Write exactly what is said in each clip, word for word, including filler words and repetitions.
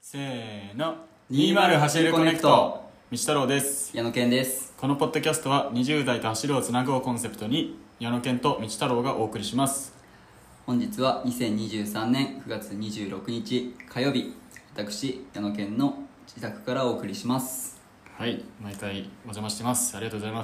せーのにじゅう走るコネクト、道太郎です。 矢野健です。 このポッドキャストはにじゅう代と走るをつなぐをコンセプトに矢野健と道太郎がお送りします。 本日はにせんにじゅうさんねんくがつにじゅうろくにち火曜日、私矢野健の自宅からお送りします。 はい、毎回お邪魔してます。ありがとうございます。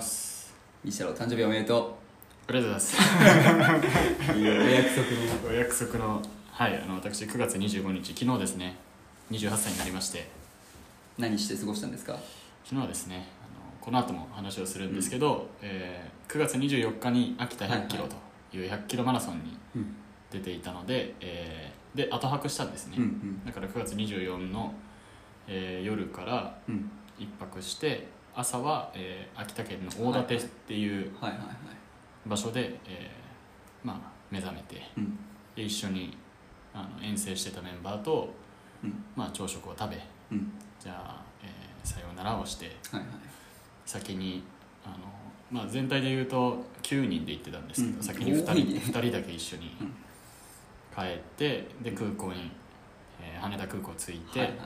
道太郎誕生日おめでとありがとうございますう。お約束のお約束のはい、あの私くがつにじゅうごにち、昨日ですね、にじゅうはっさいになりまして、 何して過ごしたんですか？ 昨日はですね、あのこの後も話をするんですけど、うんえー、くがつにじゅうよっかに秋田ひゃっキロというひゃっキロマラソンに出ていたので、はいはいえー、で後泊したんですね、うんうん、だからくがつにじゅうよっかの、えー、夜から一泊して、朝は、えー、秋田県の大館っていう場所で、えーまあ、目覚めて、うん、で一緒にあの遠征してたメンバーと、うんまあ、朝食を食べ、うん、じゃあ、えー、さようならをして、はいはい、先にあの、まあ、全体でいうときゅうにんで行ってたんですけど、うん、先に 2, 人ふたりだけ一緒に帰ってで空港に、えー、羽田空港着いて、はいはい、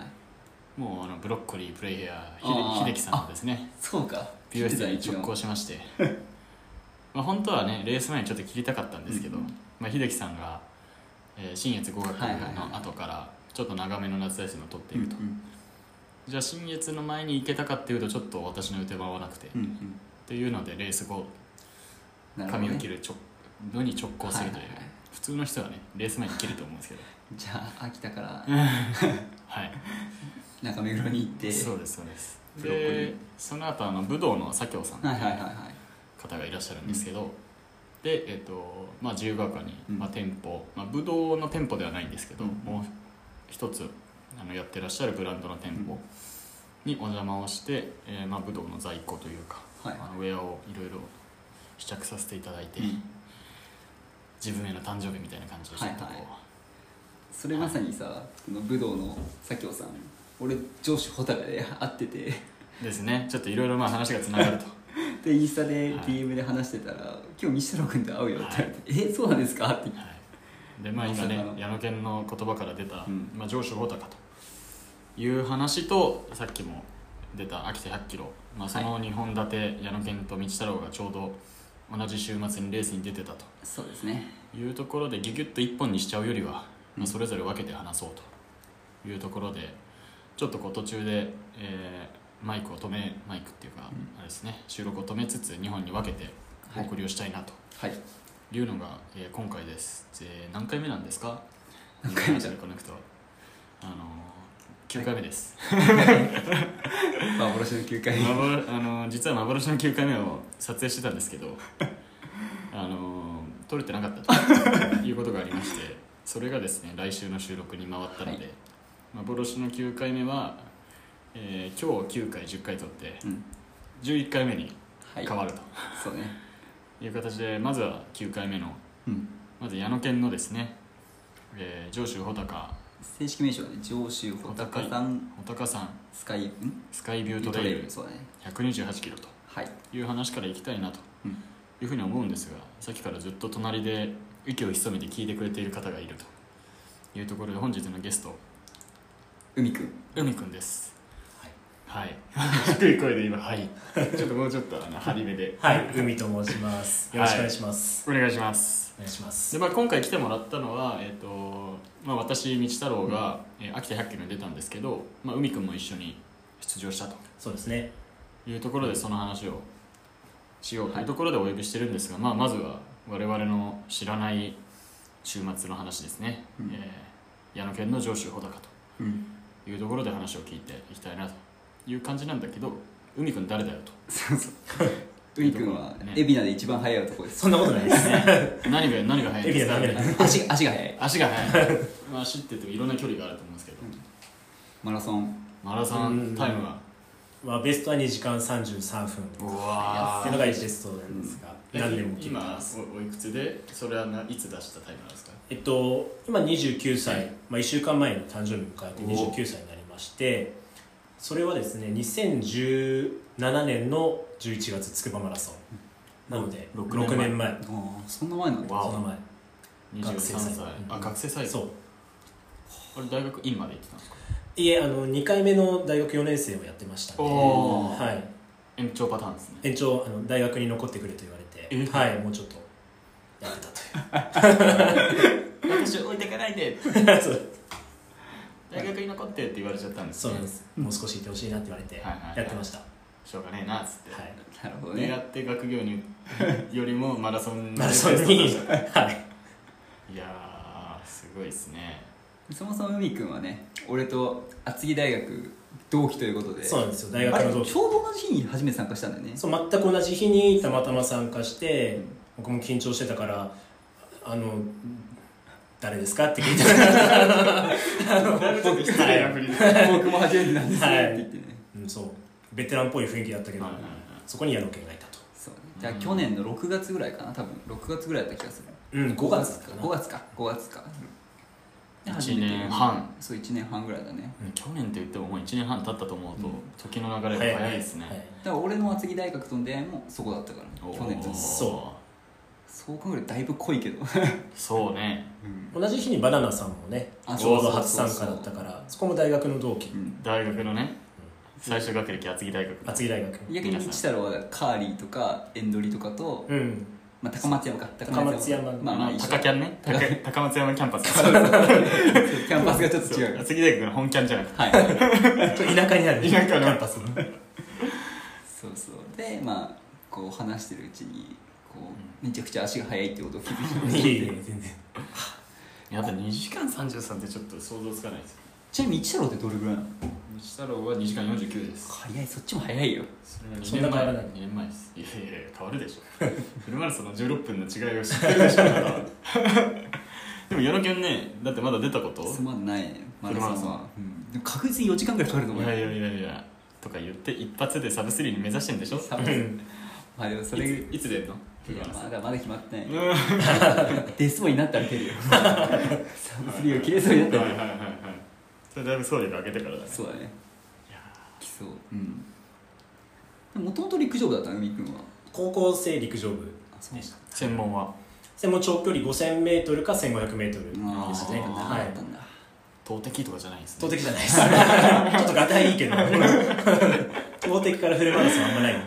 もうあのブロッコリープレイヤー秀樹さんのですねそうか美容室に直行しましてまあ本当はねレース前にちょっと切りたかったんですけど、うんまあ、秀樹さんが、えー、新越語学の後からちょっと長めの夏休みを取っていると、うんうん、じゃあ新越の前に行けたかっていうとちょっと私の予定は合わなくて、うんうん、っていうのでレース後髪を切るのに直行するという、はいはいはい、普通の人はねレース前に切ると思うんですけどじゃあ秋田からはい中目黒に行ってそうですそうですでその後あの武道の佐京さんという方がいらっしゃるんですけど、で、えーとまあ、自由が丘に、まあ、店舗、まあ、武道の店舗ではないんですけど、うん、もう一つあのやってらっしゃるブランドの店舗にお邪魔をして、えーまあ、武道の在庫というか、はいはい、あのウェアをいろいろ試着させていただいて、うん、自分への誕生日みたいな感じでちょっとこう、はいはい、 それまさにさ、はい、武道の佐京さん俺上司穂高で会っててですねちょっといろいろ話がつながるとでインスタで ディーエム で話してたら、はい、今日西太郎君と会うよって言われて、はい、えそうなんですかって言って、はい、でまあ今ね矢野健の言葉から出た、うんまあ、上司穂高という話とさっきも出た秋田ひゃっキロ、まあ、そのにほん立て矢野健と道太郎がちょうど同じ週末にレースに出てたとそうですねいうところでギュギュッといっぽんにしちゃうよりは、まあ、それぞれ分けて話そうというところでちょっとこう途中で、えー、マイクを止めマイクっていうか、うん、あれですね収録を止めつつにほんに分けてお送りをしたいなと、はい、いうのが、えー、今回です。で何回目なんですか？ 何回目だコネクトあのー、きゅうかいめです、 はい、幻のきゅうかいめあのー、実は幻のきゅうかいめを撮影してたんですけどあのー、撮れてなかったということがありましてそれがですね来週の収録に回ったので、はい、幻のきゅうかいめは、えー、今日きゅうかいじゅっかい撮って、うん、じゅういっかいめに変わると、はい、 そうねいう形でまずはきゅうかいめの、うん、まず矢野健のですね、えー、上州穂高正式名称はね上州穂高山穂高山スカイんスカイビュートレイルそうだねひゃくにじゅうはちキロという話からいきたいなというふうに思うんですが、さっきからずっと隣で息を潜めて聞いてくれている方がいるというところで本日のゲスト海くん海くんですはい、低い声で今はいちょっともうちょっとあの張り目ではい海と申しますよろしくお願いします、 はい、お願いしますお願いしますで、まあ、今回来てもらったのは、えーとまあ、私道太郎が、うんえー、秋田ひゃっキロに出たんですけど、まあ、海くんも一緒に出場したとそうですねいうところでその話をしようというところでお呼びしてるんですが、まあ、まずは我々の知らない週末の話ですね、うんえー、矢野県の上州穂高というところで話を聞いていきたいなという感じなんだけど海くん誰だよとそうそう海くんは海老名で一番速い男ですそんなことないですね何が何が速いですか海老名足足が速い足が速いまあ足って言ってもいろんな距離があると思うんですけど、うん、 マラソンマラソンタイムは、 まあ、ベストはにじかんさんじゅうさんぷんうわっていうのがベストなんですが、うん、何年も切ってます。 今 お, おいくつでそれはいつ出したタイムなんですか？ えっと今にじゅうきゅうさい、まあ、いっしゅうかんまえの誕生日を迎えてにじゅうきゅうさいになりましてそれはですねにせんじゅうななねんのじゅういちがつつくばマラソンなのでろくねんまえあそんな前なんだそんな前にじゅうさんさいあ学生最後そうあれ大学院まで行ってたんですか？ いえ、あのにかいめの大学よねん生をやってましたね。はい、 延長パターンですね。 延長、あの大学に残ってくれと言われて、はい、もうちょっとやってたという私置いてかないでそう大学に残ってって言われちゃったんです、 ね、そうなんです。もう少しいてほしいなって言われてやってました。 しょうがねえなっつって、 はい、なるほどね。 でやって学業によりもマラソンマラソンにはい、 いやーすごいですね。 そもそも海くんはね、俺と厚木大学同期ということで。 そうなんですよ、大学の同期。 ちょうど同じ日に初めて参加したんだよね。 そう、全く同じ日にたまたま参加して、うん、僕も緊張してたからあの誰ですかって聞いたら僕も初めてなんですねって言ってね、 うん、そうベテランっぽい雰囲気だったけど、はいはいはい、そこに矢野健がいたと。 そう、ね、じゃあ去年のろくがつぐらいかな、多分ろくがつぐらいだった気がする。 うん、ごがつかな。 ごがつかごがつかいちねんはん。 そういちねんはんぐらいだね、 うん、去年って言ってももういちねんはん経ったと思うと、うん、時の流れが早いですね、はいはい、 だから俺の厚木大学との出会いもそこだったから、去年と。 そうそう考えるとだいぶ濃いけどそうね、 うん、同じ日にバナナさんもねちょうど初参加だったから、そこも大学の同期、 うん、大学のね、うん、最初学歴厚木大学厚木大学逆に道太郎はカーリーとかエンドリとかと、うんまあ、高松山か高松山、 まあまあ、高キャンね高松山キャンパスキャンパスがちょっと違う厚木大学の本キャンじゃなくて、はい、 田舎にある田舎のキャンパスそうそうでまあこう話してるうちにこうめちゃくちゃ足が速いってことを気づいていや全然やっぱにじかんさんじゅうさんってちょっと想像つかないですよ。 ちなみに道太郎ってどれぐらいなの？道太郎はにじかんよんじゅうきゅうです。 早い、そっちも早いよ。 それはにねんまえにねんまえです。いやいやいや変わるでしょフルマラソンのじゅうろっぷんの違いを知ってるでしょでも矢野健ね、だってまだ出たことつまんないねマラソンは、うん、でも確実によじかんぐらいかかると思う。 いやいやいやいやとか言って一発でサブスリーに目指してんでしょサブスリーまあでもそれいつ、いつ出るの？ いやまだまだ決まってない出そうになったら出るよサブスリーが切れそうになったら出る。はいはいはいはい、 それだいぶ総力上げてからだね。 そうだね。いや来そう。うん。もともと陸上部だったの海君は。 高校生陸上部でした。 専門は専門長距離 ごせんメートル か せんごひゃくメートル でしたね。 はい。 投擲とかじゃないですね。投擲じゃないですちょっとガタイいいけど投擲からフルマラソンあんまない。いや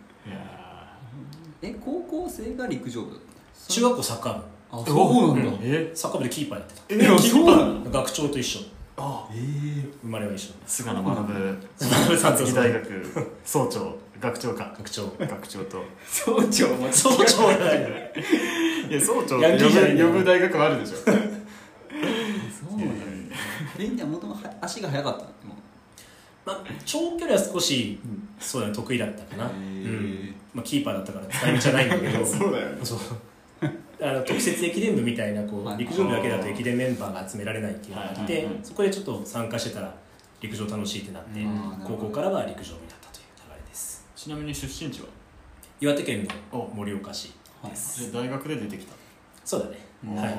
え高校生が陸上部だった？ 中学校サッカー部。 あそうなんだ。 えサッカー部でキーパーやってた。 えそうなんだ。 学長と一緒。 あえー、 生まれは一緒。 菅野学厚木大学総長学長か学長学長と総長も総長じゃない。 いや総長って呼ぶ呼ぶ大学もあるでしょ。そうなんだ。 えじゃあもともと足が速かったの？ まあ長距離は少し、うん、そうだね得意だったかな。うんまあキーパーだったから使い道じゃないんだけど。 そうだよね。 そうあの特設駅伝部みたいなこう陸上部だけだと駅伝メンバーが集められないっていうのがあって、はいはいはい、そこでちょっと参加してたら陸上楽しいってなって、高校からは陸上部になったという流れです。 ちなみに出身地は岩手県の盛岡市です。 はい、大学で出てきた。 そうだね、はい、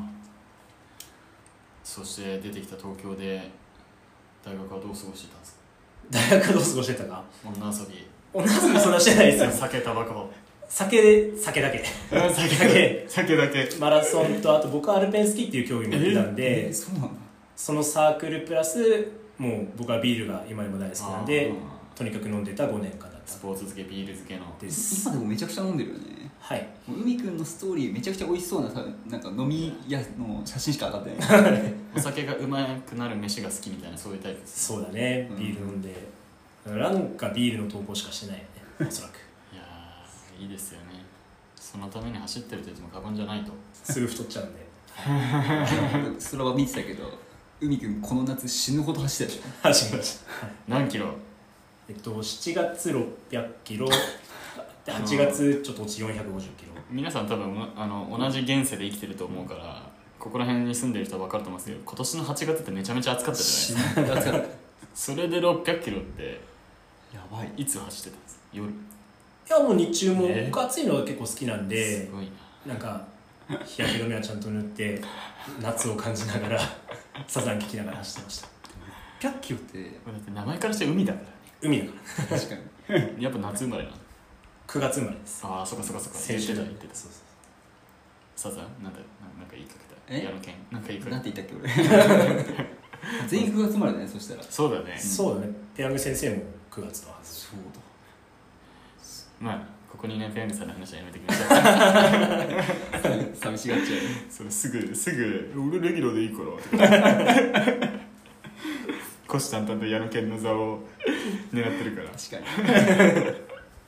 そして出てきた東京で大学はどう過ごしてたんですか？ 大学はどう過ごしてたか？ 女遊び女遊びそんなしてないですよ酒タバコ酒で酒だけ酒だけ酒だけマラソンとあと僕はアルペンスキーっていう競技もやってたんで、 えー、そうなんだ。 そのサークルプラスもう僕はビールが今でも大好きなんでとにかく飲んでたごねんかんだった。 スポーツ漬けビール漬けのです今でもめちゃくちゃ飲んでるよね。 はいもう海くんのストーリーめちゃくちゃ美味しそうなさなんか飲み屋の写真しか上がってないお酒がうまくなる飯が好きみたいなそういうタイプです。 そうだねビール飲んで、うん、なんかビールの投稿しかしてないよねおそらく。 いやいいですよね。そのために走ってると言っても過言じゃないと。 すぐ太っちゃうんでそれは見てたけど海くんこの夏死ぬほど走ったでしょ。 走りました何キロ？ えっとしちがつろっぴゃくキロはちがつちょっと落ちよんひゃくごじゅっキロ。 皆さん多分あの同じ現世で生きてると思うからここら辺に住んでる人は分かると思うんですけど今年のはちがつってめちゃめちゃ暑かったじゃないですかそれでろっぴゃくキロってやばい。 いつ走ってたんですか？夜？いやもう日中も、えー、僕暑いのが結構好きなんで、 すごいな。 なんか日焼け止めはちゃんと塗って夏を感じながらサザン聴きながら走ってました。ろっぴゃくキロってだって名前からして海だからね。 海だから確かにやっぱ夏生まれなの？ くがつ生まれです。 ああそっかそっかそっか。 先週だ言ってた。 そうそうサザンなんだなんか言いかけた。 え矢野健なんか言いかけた。 なんて言ったっけ俺全員くがつ生まれだね、そしたら。 そうだね、 そうだね。ペヤング先生もくがつのはず。 そうだ。 まあここにねペヤングさんの話はやめてきましょう寂しがっちゃう。 それすぐすぐ俺レギュラーでいいから虎視眈々と矢野犬の座を狙ってるから。 確かに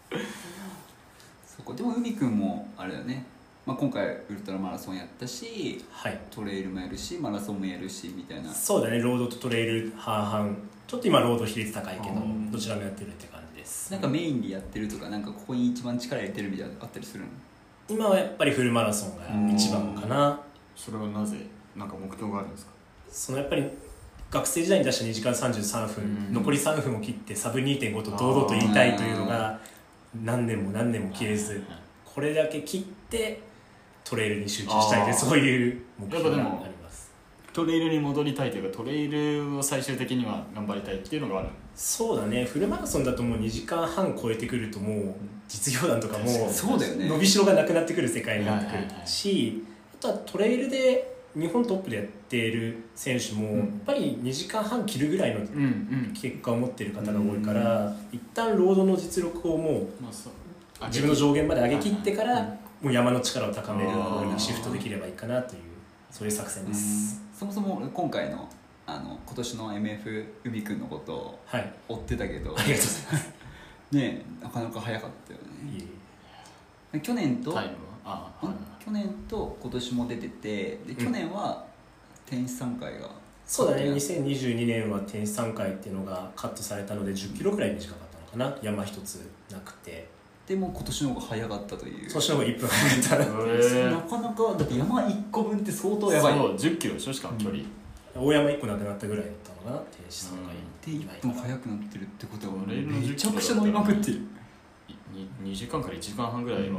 そこでも海くんもあれだね、まあ、今回ウルトラマラソンやったし、 はい、 トレイルもやるしマラソンもやるしみたいな。 そうだね、ロードとトレイル半々。ちょっと今ロード比率高いけどどちらもやってるって感じです。 なんかメインでやってるとか、なんかここに一番力入れてるみたいなのあったりするの？ 今はやっぱりフルマラソンが一番かな。 それはなぜ、なんか目標があるんですか？ そのやっぱり学生時代に出したにじかんさんじゅうさんぷん、うん、残りさんぷんを切ってサブ にてんご と堂々と言いたいというのが何年も何年も切れず、これだけ切ってトレイルに集中したいという、そういう目標があります。 トレイルに戻りたいというか、トレイルを最終的には頑張りたいっていうのがある。そうだね、フルマラソンだともうにじかんはん超えてくるともう実業団とかもそうだよね、 伸びしろがなくなってくる世界になってくるし、あとはトレイルで日本トップでやっている選手もやっぱりにじかんはん切るぐらいの結果を持っている方が多いから、一旦ロードの実力をもう自分の上限まで上げ切ってからもう山の力を高める方にシフトできればいいかなという、そういう作戦です。 そもそも今回のあの今年の エムエフ 海くんのことを追ってたけど、 はい、ありがとうございますねえ、なかなか早かったよね。いい去年とタイムはああ去年と今年も出てて、で去年は天使さんかいが、 そうだね、にせんにじゅうにねんは天使さんかいっていうのがカットされたのでじゅっキロぐらい短かったのかな、山一つなくて。 でも今年の方が早かったという。 今年の方がいっぷん早かったなかなかだって山いっこぶんって相当やばい。 そうじゅっキロしか距離、 うん、大山いっこなくなったぐらいだったのかな、天使さんかいでいっぷん速くなってるってことはめめちゃくちゃ伸びまくってる。 にじかんからいちじかんはんぐらいは、うん、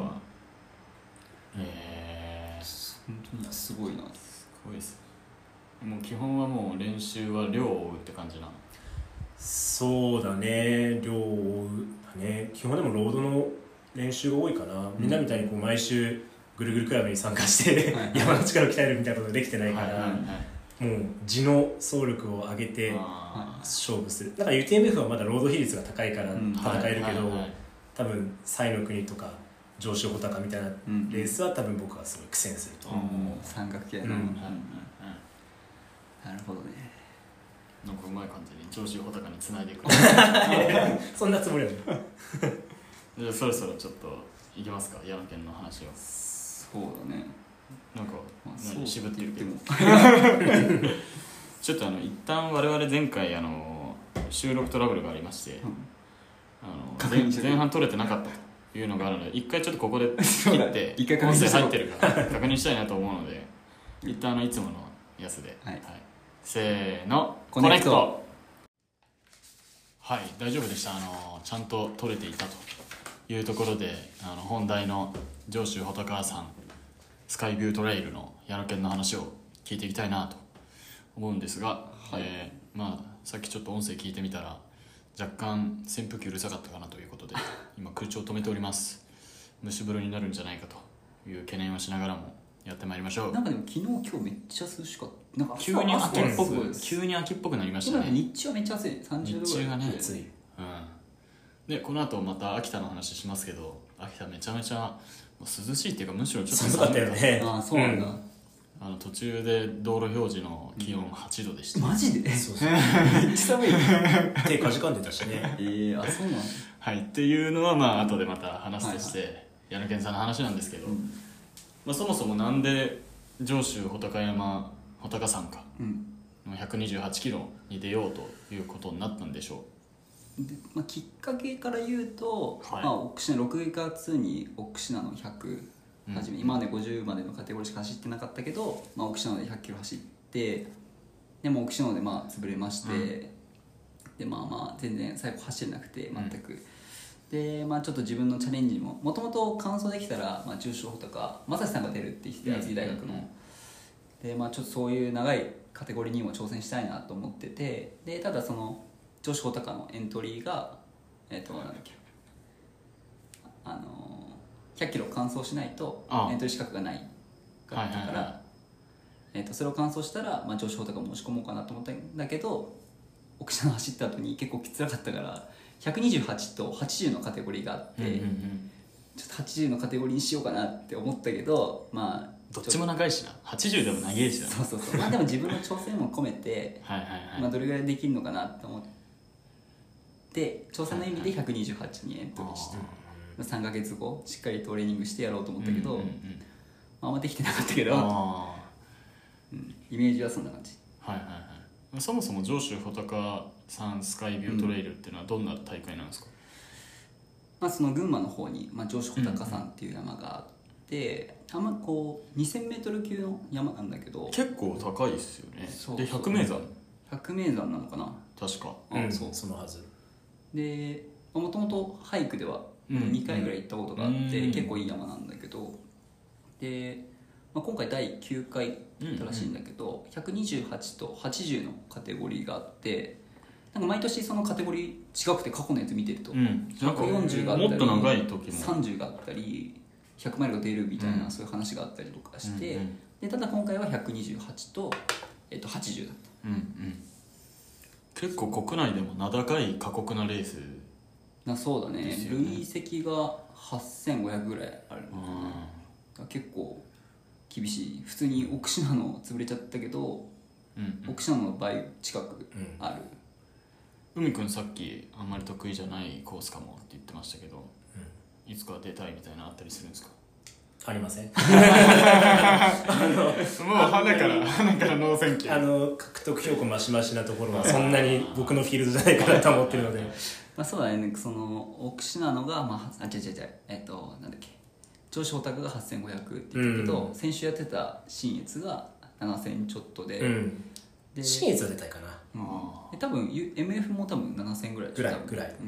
えー、本当にすごいな。 すごいです。もう基本はもう練習は量を追うって感じなの？ そうだね、量を追うだね。基本でもロードの練習が多いかな、うん、みんなみたいにこう毎週ぐるぐるクラブに参加して山の力を鍛えるみたいなことができてないから、はいはいはい、もう地の走力を上げて勝負する。だから ユーティーエムエフ はまだロード比率が高いから戦えるけど、うんはいはいはい、多分西の国とか上州穂高みたいなレースは多分僕はすごい苦戦すると思う、 うん、三角形の、うんうんうん、なるほどね。 なんかうまい感じに上州穂高につないでいくそんなつもりはないじゃあそろそろちょっといきますか、矢野県の話を。 そうだね、 なんか、 まあ、何渋って言ってもちょっとあの一旦我々前回あの収録トラブルがありまして、うん、あの 前, 前半取れてなかったというのがあるので、一回ちょっとここで切って一回音声入ってるか確認したいなと思うので一旦あのいつものやつで、はいはい、せーのコネクト。はい、大丈夫でした。あのちゃんと取れていたというところで、あの本題の上州穂高さんスカイビュートレイルの矢野県の話を聞いていきたいなと思うんですが、はい、えー、まあさっきちょっと音声聞いてみたら若干扇風機うるさかったかなということで今空調を止めております。蒸し風呂になるんじゃないかという懸念をしながらもやってまいりましょう。 なんかでも昨日今日めっちゃ涼しかった。なんか急に秋っぽく急に秋っぽくなりましたね。 日中はめっちゃ暑い、さんじゅうどぐらい。 日中がね暑い、 うん、でこの後また秋田の話しますけど、秋田めちゃめちゃ涼しいっていうかむしろちょっと寒かったよね。 ああそうなんだ、うん、 あの途中で道路表示の気温はちどでした、 うん、マジでそうそうめっちゃ寒い手かじかんでたしねえー、あそうなんだ。 はいっていうのはまあ後でまた話すとして、はいはい、矢野健さんの話なんですけど、うん、まあ、そもそもなんで上州穂高山穂高山かのひゃくにじゅうはちキロに出ようということになったんでしょう。で、まあ、きっかけから言うと、はい、まあ、奥信ろくがつに奥信濃のひゃく始め、うん、今までごじゅうまでのカテゴリーしか走ってなかったけど、まあ、奥信濃でひゃっキロ走って、でも奥信濃でまあ潰れまして、うん、でまあまあ全然最後走れなくて全く、うん、でまあちょっと自分のチャレンジももともと完走できたら、まあ、重賞とか正志さんが出るって言って厚木大学の、でまあちょっとそういう長いカテゴリーにも挑戦したいなと思ってて、でただその女子穂高のエントリーがえっ、ー、となんだっけあのひゃっキロ完走しないとエントリー資格がないかったから、はいはいはい、 えー、とそれを完走したら、まあ、女子砲とか申し込もうかなと思ったんだけど奥志南走った後に結構きつらかったからひゃくにじゅうはちとはちじゅうのカテゴリーがあって、うんうんうん、ちょっとはちじゅうのカテゴリーにしようかなって思ったけど、まあどっちも長いしな、はちじゅうでも長いしな。 そうそうそう、まあでも自分の挑戦も込めてはいはい、はい、まあ、どれぐらいできるのかなと思って挑戦の意味でひゃくにじゅうはちにエントリーして、はいはい、さんかげつごしっかりトレーニングしてやろうと思ったけど、うんうんうん、まあ、あんまできてなかったけど、うん、イメージはそんな感じ。 はいはいはい。そもそも上州穂高山スカイビュートレイルっていうのはどんな大会なんですか？ うん、まあ、その群馬の方に、まあ、上州穂高山っていう山があって、うんうん、あんまこう にせんメートル 級の山なんだけど結構高いですよね。そうそうでひゃく名山ひゃく名山なのかな確か、 うん、そうそのはずで、もともとハイクではにかいぐらい行ったことがあって、うん、結構いい山なんだけどで、まあ、今回だいきゅうかいだったらしいんだけど、うんうん、ひゃくにじゅうはちとはちじゅうのカテゴリーがあってなんか毎年そのカテゴリー違くて過去のやつ見てると、うん、ひゃくよんじゅうがあったりもっと長い時もさんじゅうがあったりひゃくマイルが出るみたいな、うん、そういう話があったりとかして、うんうん、でただ今回はひゃくにじゅうはちと、えっと、はちじゅうだった、うんうん、 結構国内でも名高い過酷なレースな。そうだね、累積がはっせんごひゃくぐらいあるのかな、うん、結構厳しい。普通に奥志名の潰れちゃったけど、うんうん、奥志名の倍近くある、 うん、海くんさっきあんまり得意じゃないコースかもって言ってましたけど、うん、いつか出たいみたいなのあったりするんですか？ ありませんあのもう花から花からノーセンキュー。 あの獲得標高マシマシなところはそんなに僕のフィールドじゃないかなと思ってるのでまあそうだね、その奥志名のが、まあ、あ違う違う違うえっとなんだっけ上州穂高がはっせんごひゃくって言ったけど、うん、先週やってた信越がななせんちょっとで、うん、 で信越は出たいかな、 うん、で多分 エムエフ も多分ななせんぐらいぐらいぐらい、うんうん、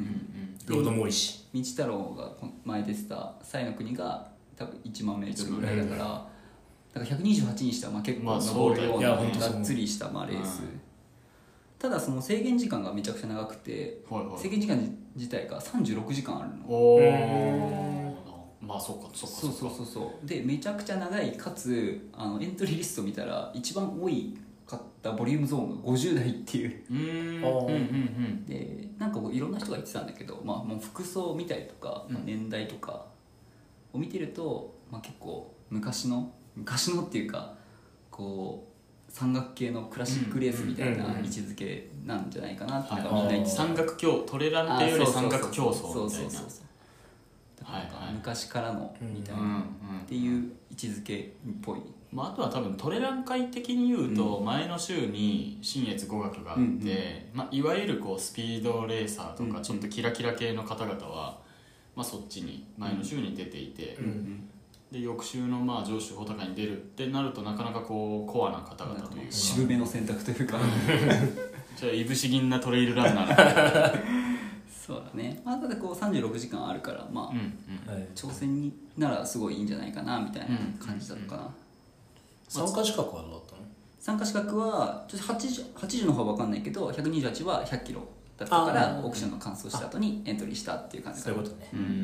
ロードも多いし道太郎が前出てた西の国が多分いちまんメートルぐらいだから、うん、だからひゃくにじゅうはちにしたらまあ結構登るようながっつりしたまあレース、ただその制限時間がめちゃくちゃ長くて、はいはい、制限時間自体がさんじゅうろくじかんあるの。 おまあそうかそうかそうそうそうそうでめちゃくちゃ長いかつあのエントリーリスト見たら一番多いかったボリュームゾーンがごじゅうだいっていううーんうんうんうんでなんかこういろんな人が言ってたんだけど、まあ、もう服装を見たりとか、まあ、年代とかを見てると、まあ、結構昔の昔のっていうかこう山岳系のクラシックレースみたいな位置づけなんじゃないかなっていうのがみんな言ってた。 山岳競トレランっていうより山岳競争みたいな。 そうそうそうそうはいはい、昔からのみたいな、うんうん、っていう位置づけっぽい、 まあ、あとは多分トレラン界的に言うと、前の週に信越語学があって、うんうんまあ、いわゆるこうスピードレーサーとかちょっとキラキラ系の方々は、まあ、そっちに前の週に出ていて、うんうん、で翌週のまあ上州穂高に出るってなるとなかなかこうコアな方々というか渋めの選択というかじゃあいぶし銀なトレイルランナーそうだね、まあ、ただこうさんじゅうろくじかんあるからまあ、うんうん、挑戦にならすごいいいんじゃないかなみたいな感じだったかな、うんうんうん、 参加資格はどうだったの？ 参加資格はちょっとはちじゅう、はちじゅうの方は分かんないけどひゃくにじゅうはちはひゃっキロだったからオークションの完走した後にエントリーしたっていう感じかな。そういうことね、うんうんうん、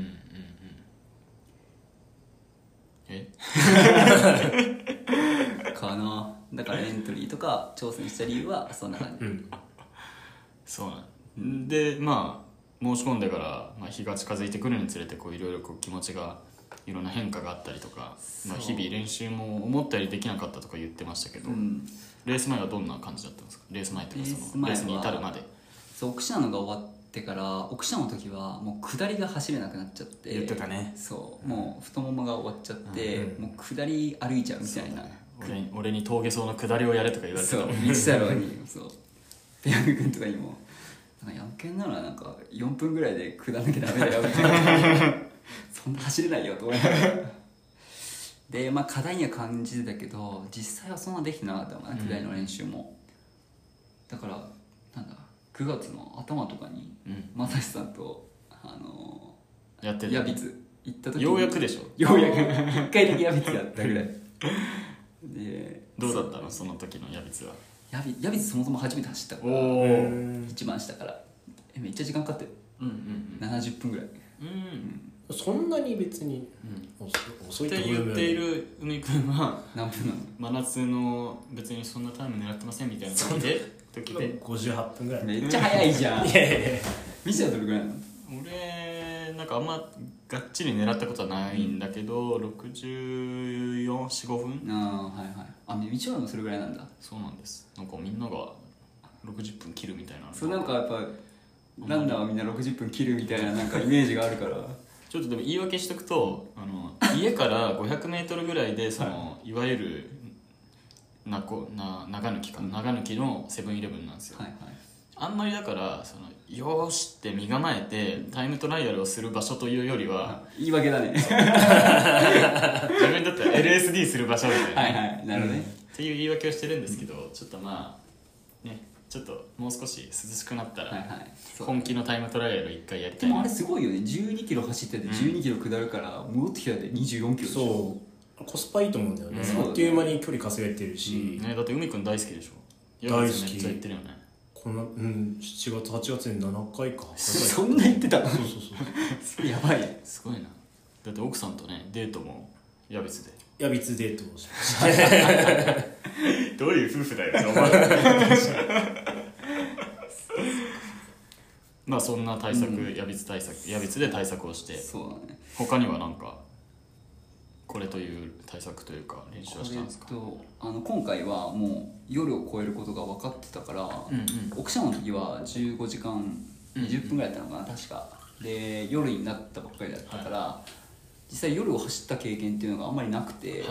えかな。だからエントリーとか挑戦した理由はそんな感じ、うん、 そうなんでまあ申し込んでから、まあ、日が近づいてくるにつれてこういろいろこう気持ちがいろんな変化があったりとか、まあ、日々練習も思ったよりできなかったとか言ってましたけど、うん、レース前はどんな感じだったんですか？レース前っていうかそのレースに至るまで。 そう奥志名のが終わってから奥志名の時はもう下りが走れなくなっちゃって言ってたね。 そう、もう太ももが終わっちゃって、うん、もう下り歩いちゃうみたいな、ね、 俺に俺に峠走の下りをやれとか言われてたそう道太郎にそうペヤング君とかにもなんかヤンケンならなんかよんぷんぐらいで下らなきゃダメだよみたいなそんな走れないよと思いながらで、まあ、課題には感じてたけど実際はそんなできてなかったもんね、下りの練習も。だからなんだくがつの頭とかに正志、うん、さんとあのー、やってるヤビツ行った時にようやくでしょようやくいっかいだけヤビツやったぐらいでどうだったのその時のヤビツは？ ヤビヤビツそもそも初めて走ったから一番下からえめっちゃ時間かかってる、うんうんうん、ななじゅっぷんぐらい、うんうん、 そんなに別に、 うん、 遅いって言っている海くんは何分なの？ 真夏の別にそんなタイム狙ってませんみたいな時で時でごじゅうはっぷんぐらい。 めっちゃ早いじゃん。 いやいやいやミシェはどれぐらいなの？ 俺なんかあんまがっちり狙ったことはないんだけど、ろくじゅうよん、よん、ごふん。 ああはいはい。あ、ミシェもそれぐらいなんだ。 そうなんです。なんかみんながろくじゅっぷん切るみたいな。 そうなんかやっぱランナーはみんなろくじゅっぷん切るみたいななんかイメージがあるからちょっとでも言い訳しとくと、あの家からごひゃくメートルぐらいでその、はい、いわゆるなこな長抜きか、うん、長抜きのセブンイレブンなんですよ、 はいはい、 あんまりだからそのよーしって身構えてタイムトライアルをする場所というよりは言い訳だね自分にとっては エルエスディー する場所みたいな、 はいはいなるほどね、 っていう言い訳をしてるんですけど、ちょっとまあねちょっともう少し涼しくなったら、はいはい、本気のタイムトライアル一回やりたいな。 でもあれすごいよね、じゅうにキロ走っててじゅうにキロ下るから戻ってきたらにじゅうよんキロでしょ。 そうコスパいいと思うんだよね、うん、あっという間に距離稼げてるし、 うんね、だって海くん大好きでしょ。 大好き。 めっちゃ行ってるよね。 この、うん、しちがつはちがつにななかいかそんな行ってた。 そうそうそうやばい、 すごいな。だって奥さんとねデートもヤビツでヤビツデートをしましたどういう夫婦だよお前まあそんな対策、うん、ヤビツ対策ヤビツで対策をして、 そうだね、 他には何かこれという対策というか練習はしたんですか？ これとあの今回はもう夜を超えることが分かってたから、 うんうん、 奥様の時はじゅうごじかんにじゅっぷんぐらいだったのかな、うんうん、確かで夜になったばっかりだったから、はい、実際夜を走った経験っていうのがあんまりなくて、はいはい、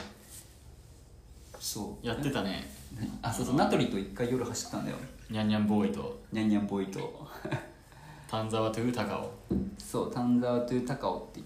そうやってたね。 あ、そうそう、名取と一回夜走ったんだよ。 ニャンニャンボーイとニャンニャンボーイと丹沢トゥ高尾。 そう丹沢トゥ高尾って言って、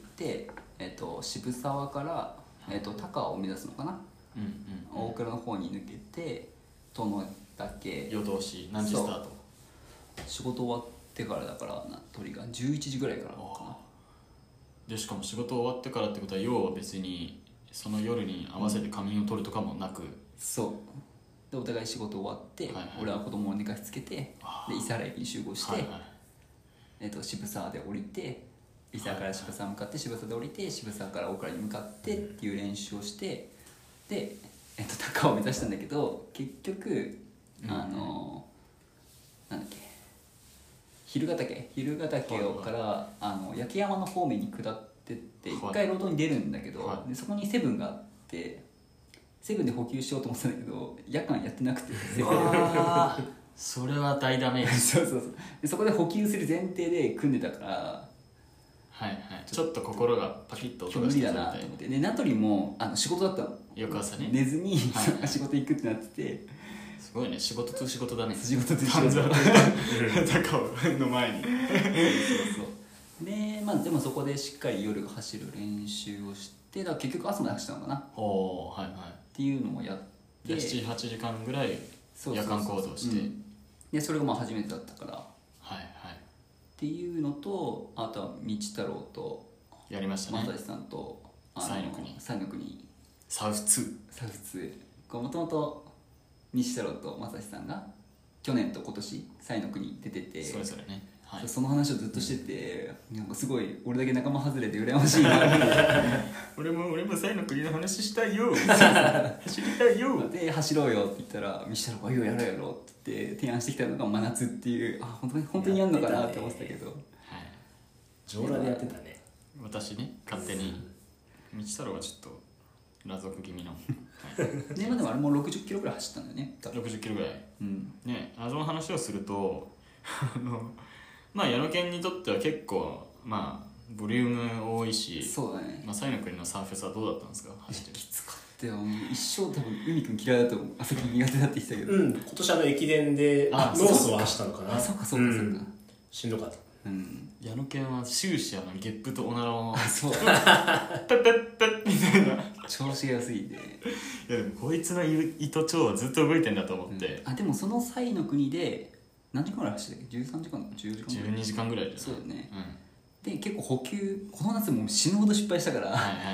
えっと、渋沢から、えっと、高尾を目指すのかな、うんうんうん、大倉の方に抜けて殿岳夜通し何時スタート？ 仕事終わってからだから名取がじゅういちじぐらいからかな。 でしかも仕事終わってからってことは要は別にその夜に合わせて仮眠を取るとかもなく、うん、 そうでお互い仕事終わって、はいはい、俺は子供を寝かしつけてで伊勢原駅に集合して、はいはい、えー、と渋沢で降りて伊勢原から渋沢向かって渋沢で降りて渋沢から大倉に向かってっていう練習をしてで、えー、と高尾を目指したんだけど結局あのー、なんだっけ蛭ヶ岳蛭ヶ岳をから、はいはい、あの焼山の方面に下ってって一回ロードに出るんだけど、はい、でそこにセブンがあってセブンで補給しようと思ってたんだけど夜間やってなくてあそれは大ダメージそうそうそうでそこで補給する前提で組んでたからはいはいちょっと心がパキッと音がしてたみたいな。無理だなと思ってで名取もあの仕事だったの翌朝ね寝ずに、はい、仕事行くってなっててすごいね仕事と仕事だね仕事と仕事高尾の前にそうそうそうでまあでもそこでしっかり夜走る練習をしてだから結局朝まで走ったのかなおはいはいっていうのもやってななはちじかんぐらい夜間行動して、うん、 でそれがまあ初めてだったからはいはいっていうのとあとは道太郎とやりましたね正志さんとサイの国サイの国サウスツーサウスツーもともと道太郎と正志さんが去年と今年サイの国出ててそれぞれね、はい、 その話をずっとしてて、うん、なんかすごい俺だけ仲間外れで羨ましいな俺も俺もサイの国の話したいよ走りたいよで走ろうよって言ったら道太郎が「いいよやろうやろう」って言って提案してきたのが真夏っていうあ本当に本当にやんのかなって思ってたけど、はい、 上裸でやってたね私ね勝手に道太郎はちょっと裸族気味の、はい、で, まあでもあれもろくじゅっキロぐらい走ったんだよねろくじゅっキロぐらい、 うんね、あの話をするとあのまあ矢野県にとっては結構まあボリューム多いしそうだね、 まあ、サイの国のサーフェスはどうだったんですか走ってきつかったよ一生多分海くん嫌いだと思うあそこ苦手だって言ってたけどうん今年あの駅伝でノースを走ったのかなあそうかそうかそうか、うん、 しんどかったうん矢野県は終始あのゲップとおならをそうペッペッペッみたいな調子が良すぎていやでもこいつの糸長はずっと動いてんだと思って、 うん、あでもそのサイの国で何時間ぐらい走ったっけじゅうさんじかんじゅうよじかんじゅうにじかんぐらいじゃないそうだよね、 うん、 で結構補給この夏もう死ぬほど失敗したから、 はいはいはい、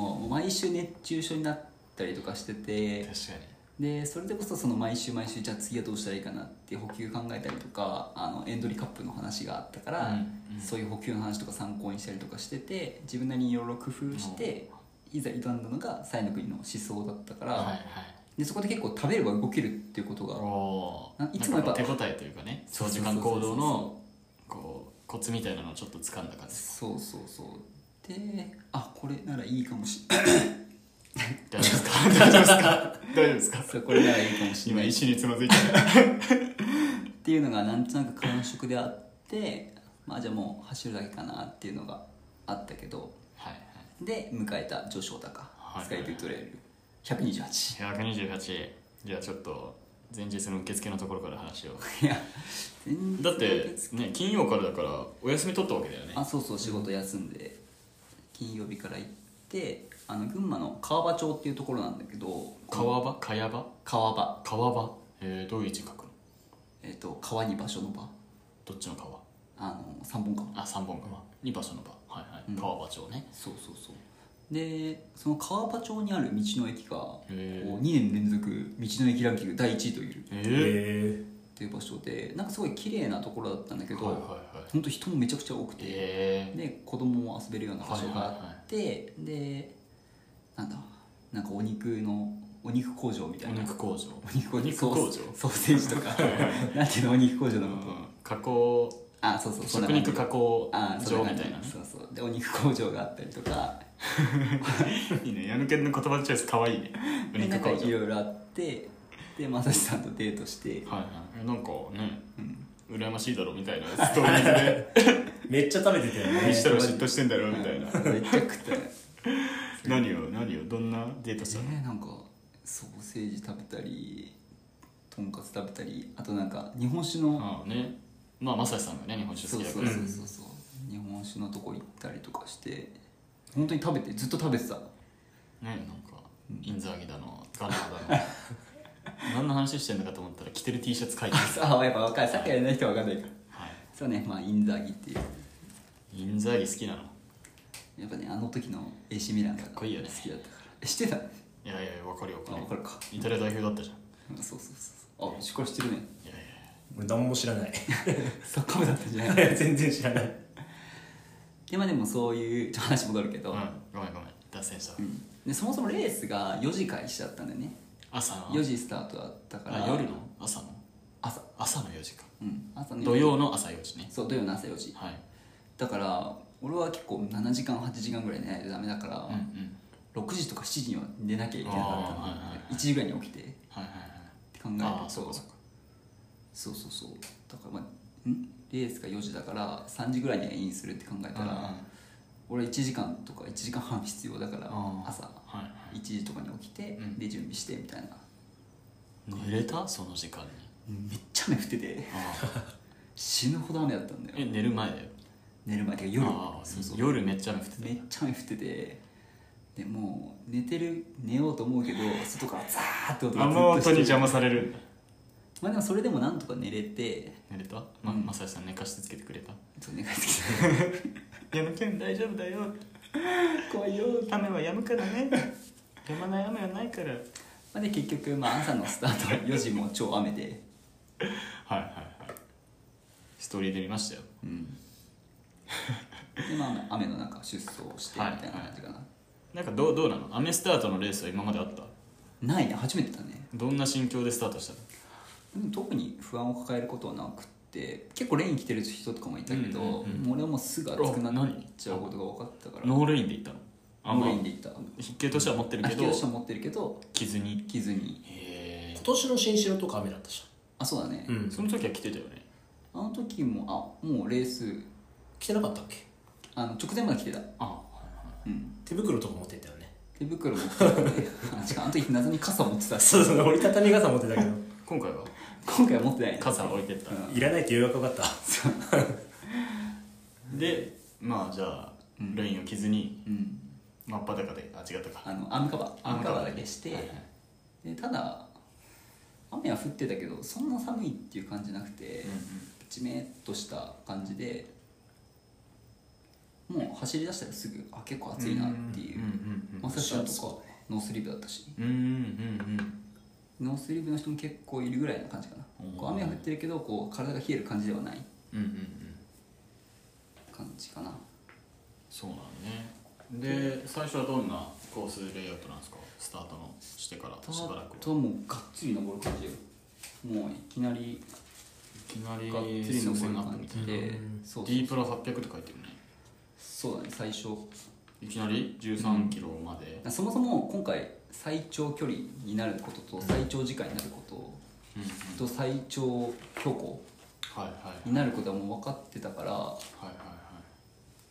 西原と走った時ももう毎週熱中症になったりとかしてて確かにでそれでこそその毎週毎週じゃあ次はどうしたらいいかなって補給考えたりとか、あのエンドリカップの話があったから、うんうん、そういう補給の話とか参考にしたりとかしてて、自分なりにいろいろ工夫していざ挑んだのが彩の国の思想だったから、はいはい、でそこで結構食べれば動けるっていうことがいつもやっぱ手応えというかね、長時間行動のこうコツみたいなのをちょっと掴んだ感じ。 そうそうそうで、あこれならいいかもしれない大丈夫ですか大丈夫ですか大丈夫ですかそうこれならいいかもしれない今石につまずいてるっていうのがなんとなく感触であって、まあじゃあもう走るだけかなっていうのがあったけど、はいはい、で迎えた上昇高、はいはい、スカイビュートレイルひゃくにじゅうはちひゃくにじゅうはち。じゃあちょっと前日の受付のところから話をいやだってね金曜からだからお休み取ったわけだよね。 あそうそう仕事休んで金曜日から行って、あの群馬の川場町っていうところなんだけど、 川場茅場川場川場えー、どういう字書くの？ えっ、ー、と川に場所の場。 どっちの川？ あの三本川。 あ三本川に場所の場、はいはい、うん、川場町ね。 そうそうそうでその川場町にある道の駅がこうにねん連続道の駅ランキングだいいちいというへっていう場所で、なんかすごい綺麗なところだったんだけど、はいはいはい、本当人もめちゃくちゃ多くて、で子供も遊べるような場所があって、はいはいはい、でなんだなんかお肉のお肉工場みたいなお肉工場お肉工場ソーセージとかなんていうのお肉工場のこと、うん、 加工あそうそう食肉加工場みたいな、ね、 そうそうでお肉工場があったりとかいいね、ヤヌケンの言葉のチョイスかわいいね。お肉工場なんかいろいろあってでまさしさんとデートして、 はいはい、なんかね、うん、羨ましいだろみたいなストーリーでめっちゃ食べてたよね。 にしたら嫉妬してんだろみたいなめっちゃ食った何を何をどんなデートしたの？ えー、なんかソーセージ食べたりとんかつ食べたり、あとなんか日本酒のああね、まあまさしさんがね日本酒好きだから、 そうそうそうそう、うん、日本酒のとこ行ったりとかして本当に食べてずっと食べてたね。 なんかインザーギだのガナだの何の話してんのかと思ったら着てる T シャツ書いてるああやっぱ分かる、さっきやらない人は分かんないから、はい、そうね、まあインザーギっていうインザーギ好きなの？ やっぱねあの時の エーシー ミランが好きだったから。え知ってた？いやいや分かるよ分かるか。 イタリア代表だったじゃん。 そうそうそう、あしっかりしてるね。 いやいや俺何も知らないサッカー部だったんじゃない全然知らない。 でまあでもそういうちょっと話戻るけど、うん、 ごめんごめん脱線した、 うん、でそもそもレースがよじ開始だったんだよね。 朝のよじスタートだったから。 夜の朝の朝朝のよじか、 うん、朝の土曜の朝よじね。 そう土曜の朝よじ、はい、だから俺は結構ななじかんはちじかんぐらい寝ないとダメだから、うんうん、ろくじとかしちじには寝なきゃいけなかったので、はいはいはい、いちじぐらいに起きて、はいはいはい、って考えると、 あそうかそうかそうそうそう、だからまあんレースがよじだからさんじぐらいにはインするって考えたら、うんうん、俺いちじかんとかいちじかんはん必要だから、朝いちじとかに起きて、うん、で準備してみたいな。 寝れた？その時間にめっちゃ雨降ってて死ぬほど雨だったんだよ。 え寝る前だよ。 寝る前で夜そうそう夜めっちゃ雨降っててめっちゃ雨降ってて、でもう寝てる寝ようと思うけど外からザーッと音がずっとして、 雨音に邪魔されるんだ。 まあでもそれでもなんとか寝れて。 寝れた？ま、うん、まさしさん寝かしつけてくれた？ そう寝かしつけてやむけん大丈夫だよ怖いよ雨は止むからね止まない雨はないから。 まあ、で結局、まあ、朝のスタートよじも超雨ではいはいはいストーリーで見ましたよ、うん、 でまあ雨の中出走してみたいな感じかな、はいはい、 なんかどう、どうなの？雨スタートのレースは今まであった？ ないね、初めてだね。 どんな心境でスタートしたの？ 特に不安を抱えることはなくて、結構レイン着てる人とかもいたけど、うんうんうん、もう俺はもうすぐ暑くなっちゃうことが分かったから。 ノーレインで行ったの？ ノーレインで行った。 筆形としては持ってるけど筆形としては持ってるけど着ずに着ずに。 へ今年の新城とか雨だったじゃん。あ、そうだね、 うん、その時は着てたよね。 あの時もあもうレース着てなかったっけ？ あの直前まで着てた。あ、はいはい、うん、手袋とか持ってったよね。 手袋持ってたねあの時謎に傘持ってた。 そうそう折りたたみ傘持ってたけど今回は今回は持ってない、ね、 傘置いてった、 うん、いらないって言うが分かったでまあじゃあ、うん、レインを着ずに、うん、真っ裸であ違ったかあのアームカバーアームカバーだけして、はいはい、でただ雨は降ってたけどそんな寒いっていう感じなくて、うんうん、じめっとした感じでもう走り出したらすぐあ結構暑いなっていうまさしさんとかノースリーブだったし、 うんうんうんノースリーブの人も結構いるぐらいな感じかな、こう雨が降ってるけどこう体が冷える感じではない感じかな。 そうなんね。で最初はどんなコースレイアウトなんですか？スタートのしてからしばらくともうがっつり登る感じよ。もういきなりいきなりがっつり登る感じで、 そうそう D プラはっぴゃくって書いてるね。 そうだね、最初いきなりじゅうさんキロまで、 うん、そもそも今回最長距離になることと最長時間になることと最長標高になることはもう分かってたから、はいはいはい、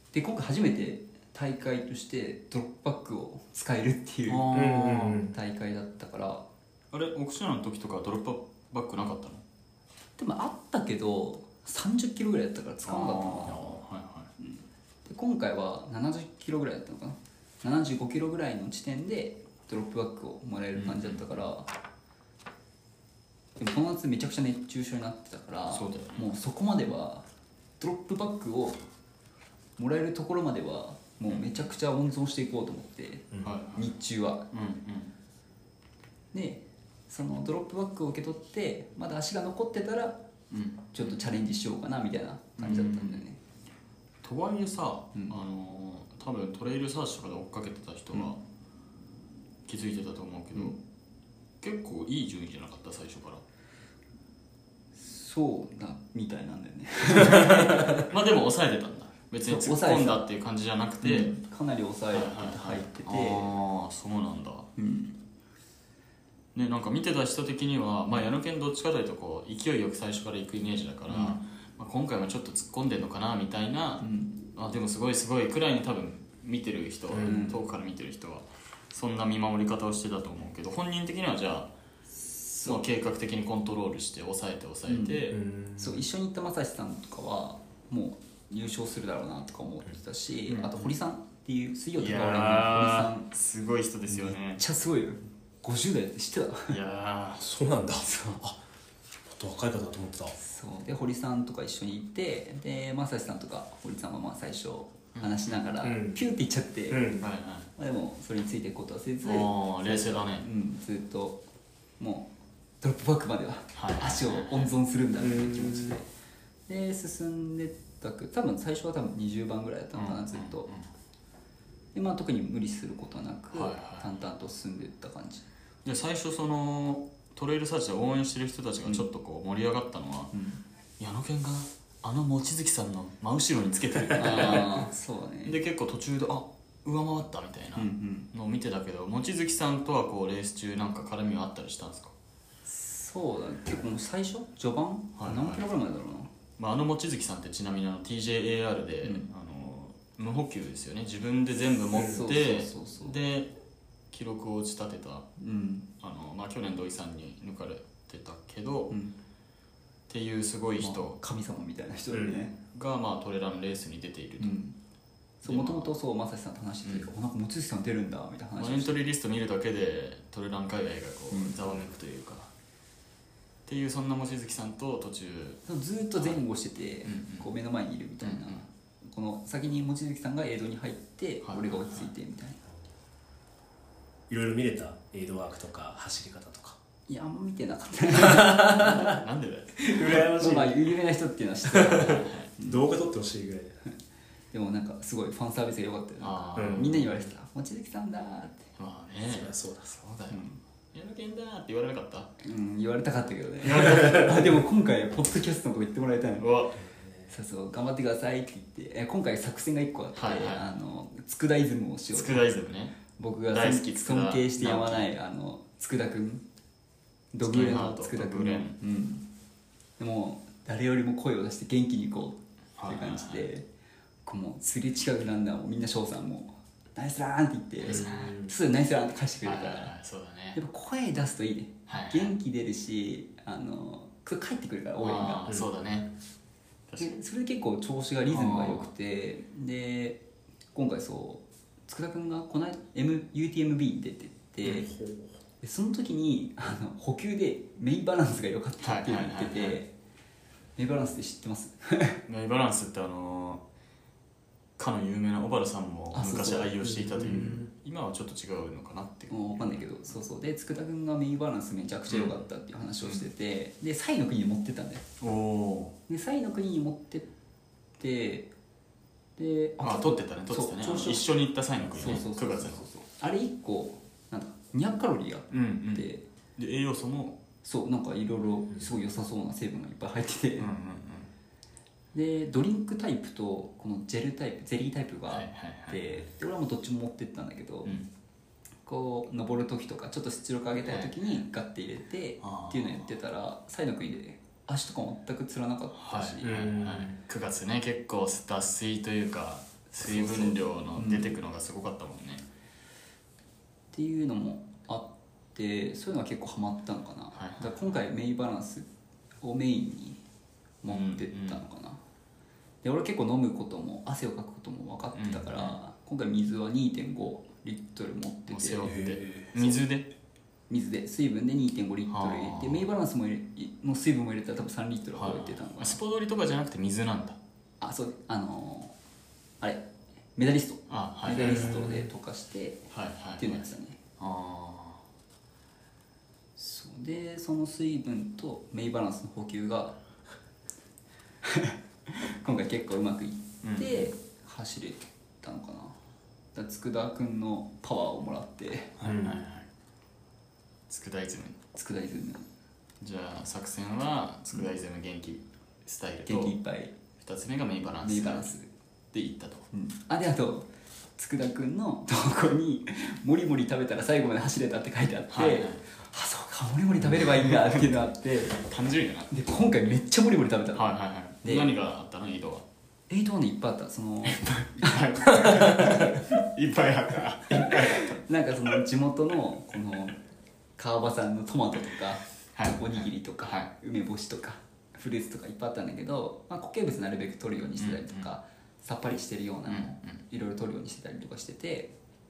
で今回初めて大会としてドロップバッグを使えるっていう大会だったから。 あれオクションの時とかドロップバッグなかったの？ でもあったけどさんじゅっキロぐらいだったから使わなかったのかな、はいはいうん、で今回はななじゅっキロぐらいだったのかな、ななじゅうごキロぐらいの地点でドロップバッグをもらえる感じだったから、うん、でもこの夏めちゃくちゃ熱中症になってたから、そうだよね、もうそこまではドロップバッグをもらえるところまではもうめちゃくちゃ温存していこうと思って、うん、日中は、うんうん、でそのドロップバッグを受け取ってまだ足が残ってたら、うん、ちょっとチャレンジしようかなみたいな感じだったんだよね、 うん、とはいえさ、うん、あの多分トレイルサーチとかで追っかけてた人は気づいてたと思うけど、うん、結構いい順位じゃなかった最初から。 そうなみたいなんだよねまあでも抑えてたんだ、別に突っ込んだっていう感じじゃなくて、うん、 かなり抑えて入ってて、はいはいはい、 ああそうなんだ、うんね、なんか見てた人的には、まあ、矢野犬どっちかというとこう勢いよく最初から行くイメージだから、うんまあ、今回もちょっと突っ込んでんのかなみたいな、うん、あでもすごいすごいくらいに多分見てる人、うん、遠くから見てる人はそんな見守り方をしてたと思うけど、本人的にはじゃあそう計画的にコントロールして抑えて抑えて、うん、 そう一緒に行った正志さんとかはもう優勝するだろうなとか思ってたし、うん、あと堀さんっていう水曜とか俺の堀さんすごい人ですよね。 めっちゃすごいよ、ごじゅう代って知ってた？ いやーそうなんだ。そうあもっと若い方だと思ってた。 そうで堀さんとか一緒にいて、で正志さんとか堀さんはまあ最初話しながら、うん、ピューっていっちゃって、うんはいはいまあ、でもそれについていくことはせず、 あ冷静だね、 うん、ずっともうドロップバックまでは足を温存するんだっていう気持ちで、で進んでたく多分最初は多分にじゅうばんぐらいだったのかな、ずっと、でまあ特に無理することはなく、はいはい、淡々と進んでいった感じで、最初そのトレイルサーチで応援してる人たちがちょっとこう盛り上がったのは、うん、矢野犬があの望月さんの真後ろにつけてるみたいなそうだね。で結構途中であ上回ったみたいなのを見てたけど、うんうん、望月さんとはこうレース中なんか絡みはあったりしたんですか？ そうだね、結構もう最初序盤、はいはい、何キロぐらいまでだろうな、 まあ、あの望月さんってちなみにあの ティージェーエーアール で、うん、あの無補給ですよね、自分で全部持ってで記録を打ち立てた、うんあのまあ、去年土井さんに抜かれてたけど、うん、っていうすごい人、まあ、 神様みたいな人でね、 うん、が、まあ、トレランレースに出ていると、 もともとそう正志さんと話してて、うん、なんか望月さん出るんだみたいな話をして、 エントリーリスト見るだけでトレラン海外がこうざわめくというか、っていうそんな望月さんと途中ずっと前後してて、うんうん、こう目の前にいるみたいな、うんうん、この先に望月さんがエイドに入って、はい、俺が落ち着いてみたいな、 いろいろ見れたエイドワークとか走り方とか。 いやあんま見てなかったなんでだよ羨ましい。 まあ有名な人っていうのは知ってた動画撮ってほしいぐらいでもなんかすごいファンサービスが良かったよ、うん、みんなに言われてた望月さんだーって。 まあね、 そりゃそうだそうだよ、矢野犬だーって言われなかった？ うん言われたかったけどねあでも今回ポッドキャストのとこ行ってもらいたいの。そうそう頑張ってくださいって言って、え今回作戦がいっこあって、はいはい、あの佃イズムをしようと。 佃イズムね、 僕が大好き尊敬してやまないあの佃くん、ドグレの佃くん、うん、でも誰よりも声を出して元気に行こうっていう感じで、はいはいはい、こうもうすれ違うランナーもみんな翔さんもナイスラーンって言ってすぐナイスラーンって返してくれるから、はいはいはい、そうだね、やっぱ声出すといいね、はいはい、元気出るしあの帰ってくるから応援が、 そうだね、 でそれで結構調子がリズムが良くて、で今回そう佃君がこの間 ユーティーエムビー に出てて、うん、でその時にあの補給でメイバランスが良かったって言ってて、メイバランスって知ってます？ メイバランスってあのかの有名な小原さんも昔愛用していたという、今はちょっと違うのかなっていう。 分かんないけど、そうそうで佃君がメインバランスめちゃくちゃ良かったっていう話をしてて、うん、でサイの国に持ってったんだよ。おでサイの国に持ってってであ取ってたね取ってたね一緒に行ったサイの国ね。そうそうそうそうくがつのあれいっこなんだにひゃくカロリーあって、うんうん、で栄養素もそうなんかいろいろすごい良さそうな成分がいっぱい入ってて、うんうんでドリンクタイプとこのジェルタイプゼリータイプがあって、はいはいはい、で俺はもうどっちも持ってったんだけど、うん、こう登る時とかちょっと出力上げたい時にガッて入れて、はい、っていうのやってたらサイの国で足とか全くつらなかったし、はいはいはい、 くがつね結構脱水というか水分量の出てくのがすごかったもんね、うん、 っていうのもあってそういうのは結構ハマったのかな、はいはい、だから今回メイバランスをメインに持ってったのかな、うんうんで俺結構飲むことも汗をかくことも分かってたから、うん、今回水は にてんごリットル持ってて背負って水で水で水分で にてんごリットル入れてメイバランスも入れの水分も入れたら多分さんリットル超えてたのかな。 スポドリとかじゃなくて水なんだ。 あそうあのー、あれメダリストあ、はい、メダリストで溶かして、はいはい、っていうのやつだね。あそうでその水分とメイバランスの補給が今回結構うまくいって走れたのかな、うん、だから佃君のパワーをもらって、はいはいはい、 佃イズム佃イズムじゃあ作戦は佃イズム元気スタイルと元気いっぱいふたつめがメイバランスメイバランスでいったと、 うん、あであと佃君のとこにもりもり食べたら最後まで走れたって書いてあって、はいはい、あそうかもりもり食べればいいんだっていうのがあって単純やなで今回めっちゃもりもり食べたの。 はいはいはいで何があったの？エイトはエイトはねいっぱいあったそのいっぱいいっぱいあったいっぱいあったなんかその地元のこの川場産のトマトとか、はい、おにぎりとか、はい、梅干しとかフルーツとかいっぱいあったんだけど、まあ、固形物なるべく取るようにしてたりとか、うんうん、さっぱりしてるようなのをいろいろ取るようにしてたりとかしてて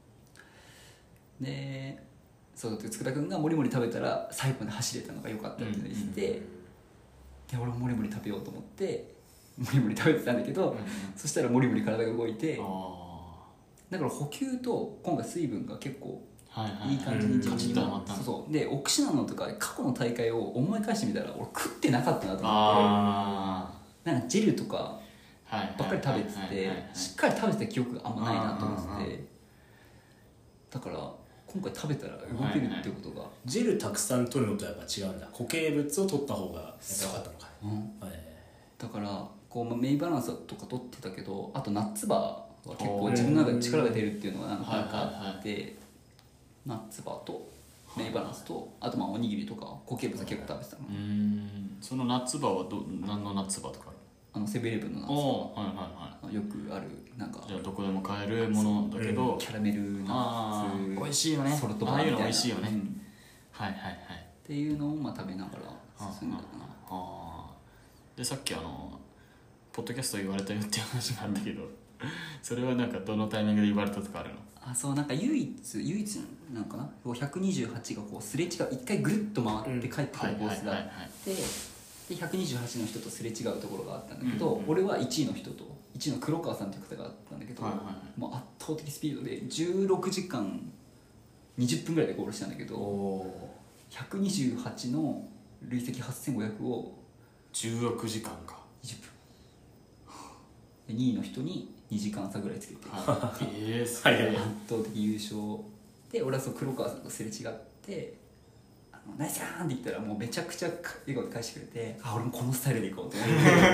でそう佃君がもりもり食べたら最後まで走れたのが良かったって言って、うんうんで俺ももりもり食べようと思ってもりもり食べてたんだけど、うんうん、そしたらもりもり体が動いてだから補給と今回水分が結構いい感じに自分にもそうそうでオクシナノとか過去の大会を思い返してみたら俺食ってなかったなと思ってなんかジェルとかばっかり食べててしっかり食べてた記憶があんまないなと思ってだから今回食べたら動けるってことが、はいはい、 ジェルたくさん取るのとやっぱ違うんだ固形物を取った方が良かったのか、うんはい、 だからこうメイバランスとか取ってたけどあとナッツバーは結構自分の中で力が出るっていうのが何回かあって、はいはいはい、ナッツバーとメイバランスとあとまあおにぎりとか固形物は結構食べてたの。 うんそのナッツバーはど何のナッツバーとかあのセブンイレブンのナッツバー、はいはいはい、よくあるなんかじゃあどこでも買えるものだけど、 うん、キャラメルナッツ美味しいよねソルトバーみたいなああいうの美味しいよね、うん、はいはいはいっていうのをまあ食べながら進んだかな。 あでさっきあのポッドキャスト言われたよっていう話があったけどそれはなんかどのタイミングで言われたとかあるの？あそうなんか唯一唯一なのかなひゃくにじゅうはちがこうすれ違う一回ぐるっと回って帰ってくるコースがあってでひゃくにじゅうはちの人とすれ違うところがあったんだけど、うんうん、俺はいちいの人といちいの黒川さんという方があったんだけど、はいはいはい、もう圧倒的スピードでじゅうろくじかんにじゅっぷんぐらいでゴールしたんだけどひゃくにじゅうはちの累積はっせんごひゃくをじゅうろくじかんかにじゅっぷんでにいの人ににじかん差ぐらいつけてえー、すごい圧倒的優勝で俺はその黒川さんとすれ違ってあのナイスラーンって言ったらもうめちゃくちゃ笑顔で返してくれてあ俺もこのスタイルでいこうと思って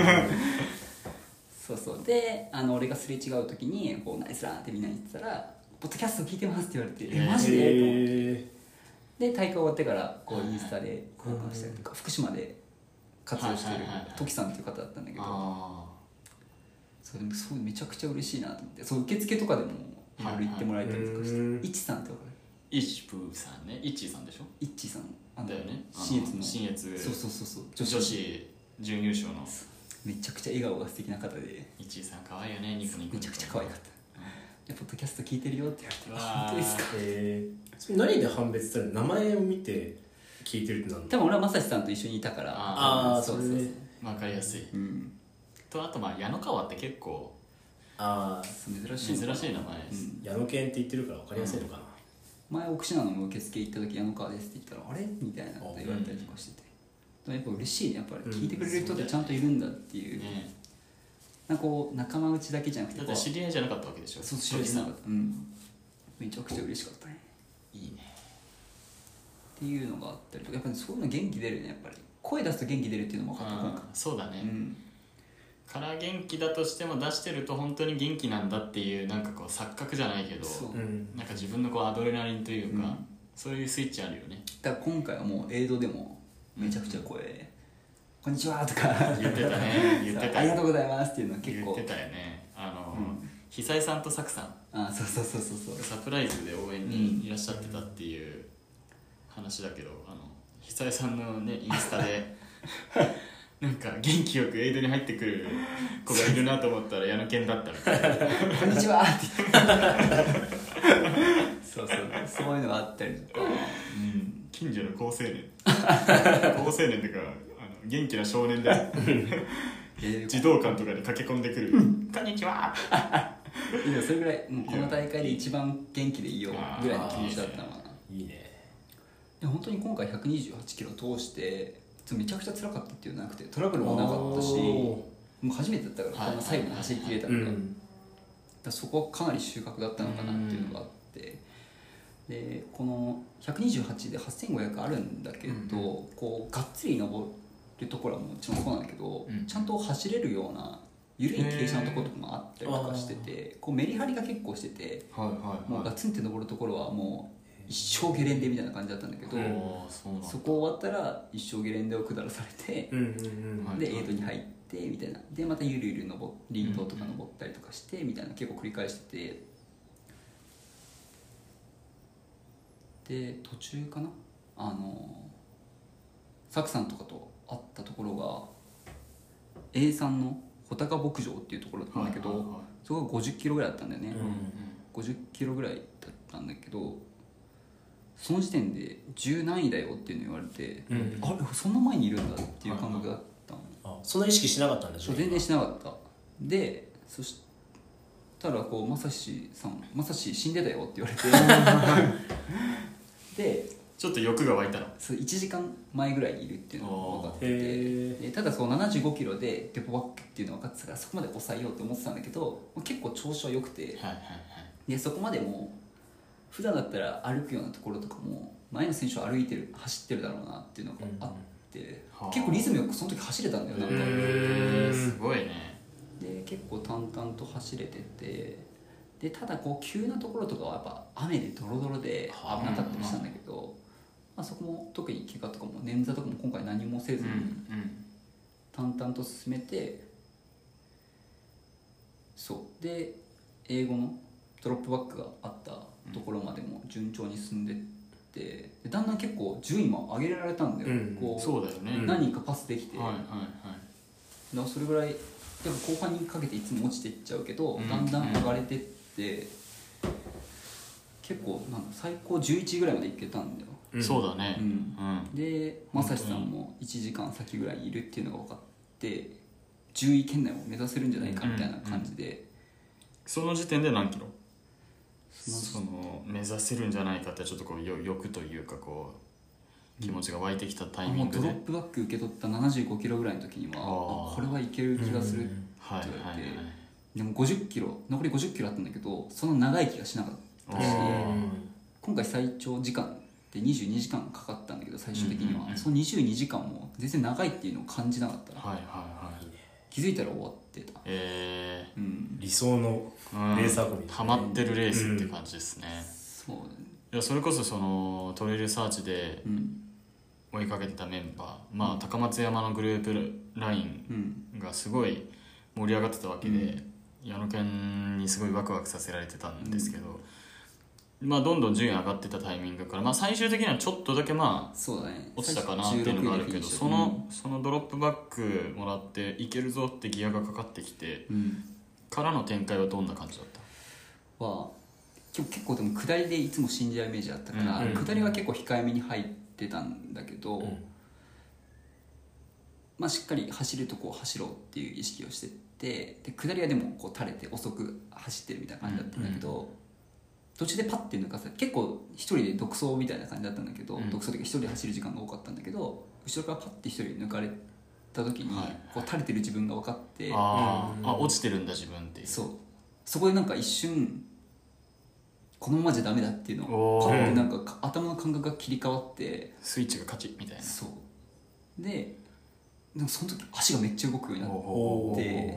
そうそうであの俺がすれ違う時にこうナイスラーンってみんなに言ってたらポッドキャスト聞いてますって言われてえマジで、えー、と思ってで大会終わってからこうインスタで交換したりとか福島で活動してるトキさんっていう方だったんだけどそれでもそうめちゃくちゃ嬉しいなと思ってそう受付とかでもいろいろ言ってもらえたりとかして、はいはい、いちさんって分かる？ いちぷーさんね、いちさんでしょ？ いちさんあのだよね新越の新越そうそうそうそう女子準優勝のめちゃくちゃ笑顔が素敵な方でいちさん可愛いよねニコニコめちゃくちゃ可愛かった、うん、ポッドキャスト聞いてるよって言われて本当ですか？ へー何で判別するの？名前を見て聞いてるってなんだ？ 多分俺は正志さんと一緒にいたからああそうですね分かりやすい、うん、とあとまあ矢野川って結構ああ珍しい珍しい名前です、 うん、矢野犬って言ってるから分かりやすいのかな、 うん、前奥信濃の受付行った時矢野川ですって言ったらあれみたいなこと言われたりとかしてて、うん、やっぱ嬉しいねやっぱり聞いてくれる人ってちゃんといるんだっていう、うんね、なんかこう仲間内だけじゃなくてだって知り合いじゃなかったわけでしょ。 そう知り合いじゃなかった、うん、めちゃくちゃ嬉しかったね。 いいねっていうのがあったりとかやっぱりそういうの元気出るね。やっぱり声出すと元気出るっていうのも分かった今回。 そうだね、 うん、 から元気だとしても出してると本当に元気なんだっていうなんかこう錯覚じゃないけど、うん、なんか自分のこうアドレナリンというか、うん、そういうスイッチあるよね。 だから今回はもうエイドでもめちゃくちゃ声、うん、こんにちはとか言ってたね言ってたありがとうございますっていうのは結構言ってたよね。あの、うん、久井さんとサクさんあそうそうそうそうそうサプライズで応援にいらっしゃってたっていう話だけど、あの久井さんのねインスタでなんか元気よくエイドに入ってくる子がいるなと思ったら矢野犬だったみたいなこんにちはって言ってそうそうそういうのがあったりとか、うん、 近所の高青年高青年とかあの元気な少年で児童館とかに駆け込んでくるこんにちはいやそれぐらいもうこの大会で一番元気でいいよぐらいの気持ちだったのかな。 いいね。 で本当に今回ひゃくにじゅうはちキロ通してめちゃくちゃ辛かったっていうのなくてトラブルもなかったしもう初めてだったからこんな最後に走りきれたから、はいはいはい、だそこはかなり収穫だったのかなっていうのがあってでこのひゃくにじゅうはちではっせんごひゃくあるんだけど、うん、こうがっつり登るところはもちろんそうなんだけど、うん、ちゃんと走れるような緩い傾斜のところとかもあったりとかしててこうメリハリが結構してて、はいはいはい、もうガツンって登るところはもう一生ゲレンデみたいな感じだったんだけど、そこ終わったら一生ゲレンデを下らされて、うんうんうん、でエイドに入ってみたいなでまたゆるゆる登リードとか登ったりとかしてみたいな結構繰り返しててで途中かなあのサクさんとかと会ったところが エーさんの穂高牧場っていうところだったんだけど、はいはいはい、そこがごじゅっキロぐらいだったんだよね、うんうん、ごじゅっキロぐらいだったんだけどその時点で十何位だよっていうの言われて、うん、あれそんな前にいるんだっていう感覚だったの、 はいはい、あそんな意識しなかったんでしょ。 全然しなかったでそしたらこうまさしさんまさし死んでたよって言われてでちょっと欲が湧いたの。 そういちじかんまえぐらいにいるっていうのが分かっててただそうななじゅうごキロでデポバックっていうのが分かってたからそこまで抑えようと思ってたんだけど結構調子は良くて、はいはいはい、でそこまでも普段だったら歩くようなところとかも前の選手は歩いてる走ってるだろうなっていうのがあって、うん、結構リズムよくその時走れたんだよなんかすごいね。 で結構淡々と走れててでただこう急なところとかはやっぱ雨でドロドロで危なかったりしたんだけど、まあ、そこも特に怪我とかも捻挫とかも今回何もせずに淡々と進めてそうで英語のドロップバックがあったところまでも順調に進んでってでだんだん結構順位も上げられたんだよ、うん、こうそうだよね何人かパスできて、 はいはいはい、 だからそれぐらいでも後半にかけていつも落ちていっちゃうけど、うん、だんだん上がれてって、うん、結構なんだ最高じゅういちいぐらいまでいけたんだよ、 うん、そうだね、うんうん、で正志さんもいちじかん先ぐらいにいるっていうのが分かってじゅうい圏内を目指せるんじゃないかみたいな感じで、うんうん、 その時点で何キロその目指せるんじゃないかってちょっとこう欲というかこう気持ちが湧いてきたタイミングで、 うん、ドロップバック受け取ったななじゅうごキロぐらいの時にはあこれはいける気がするって言われて、うんはいはいはい、でもごじゅっキロ残りごじゅっキロあったんだけどその長い気がしなかったし今回最長時間ってにじゅうにじかんかかったんだけど最終的には、うんうんうん、そのにじゅうにじかんも全然長いっていうのを感じなかった、 はいはいはい、 気づいたら終わってた、 えーうん、 理想のレース運び、 ハマってるレースって感じですね、 うん、そういやそれこそそのトレイルサーチで追いかけてたメンバー、うん、まあ高松山のグループラインがすごい盛り上がってたわけで、うん、矢野犬にすごいワクワクさせられてたんですけど、うん、まあどんどん順位上がってたタイミングから、まあ、最終的にはちょっとだけまあそうだね落ちたかなっていうのがあるけどその、そのドロップバックもらっていけるぞってギアがかかってきて、うん、からの展開はどんな感じだったは結構でも下りでいつも死んじゃうイメージだったから、うんうん、下りは結構控えめに入ってたんだけど、うん、 まあ、しっかり走るとこを走ろうっていう意識をしてて、で下りはでもこう垂れて遅く走ってるみたいな感じだったんだけど、うんうん、途中でパッて抜かされて、結構一人で独走みたいな感じだったんだけど、うん、独走的に一人で走る時間が多かったんだけど、後ろからパッて一人抜かれた時に、はい、こう垂れてる自分が分かって、 あ、うん、あ落ちてるんだ自分っていう、 そうそこでなんか一瞬このままじゃダメだっていうのをパッてなんか頭の感覚が切り替わって、 スイッチがカチッみたいな。 そうで、でもその時足がめっちゃ動くようになって、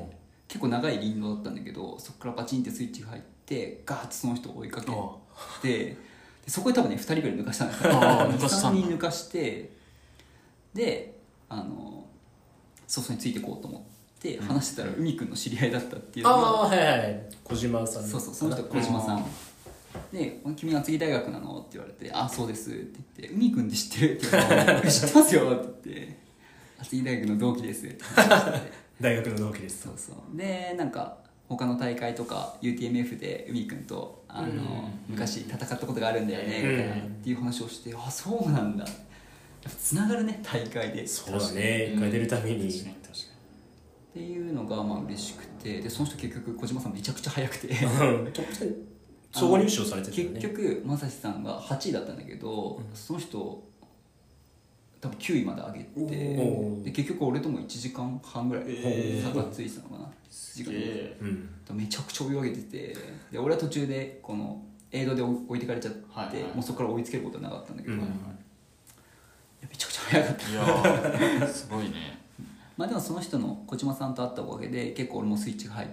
結構長い林道だったんだけど、そこからバチンってスイッチが入ってガーッとその人を追いかけて、でそこで多分ねふたりぐらい抜かしたんですよ。さんにん抜かして、であのそこについていこうと思って話してたら、うん、海くんの知り合いだったっていうのが、 ああはいはい小島さん、 そうそうその人小島さんで、君は厚木大学なのって言われて、あそうですって言って、海くんで知ってるって言われて、知ってますよって言って、厚木大学の同期ですって話して大学の同期です。 そうそうで、なんか他の大会とか ユーティーエムエフ で海くんとあの、うん、昔戦ったことがあるんだよね、うん、みたいなっていう話をして、あそうなんだ、つながるね大会で。 そうだね、一回出るたびに、うん、 確かに確かにっていうのがまあ嬉しくて、でその人結局小島さんめちゃくちゃ速くて総合入賞されてたよね。結局正志さんがはちいだったんだけど、うん、その人多分きゅういまで上げて、で結局俺ともいちじかんはんぐらい差がついてたのかな、時間で、うん、めちゃくちゃ追い上げてて、で俺は途中でこのエイドで置いてかれちゃって、はいはい、もうそこから追いつけることはなかったんだけど、うん、いやめちゃくちゃ速かった。 いやすごいねまあでもその人の小島さんと会ったおかげで結構俺もスイッチが入って、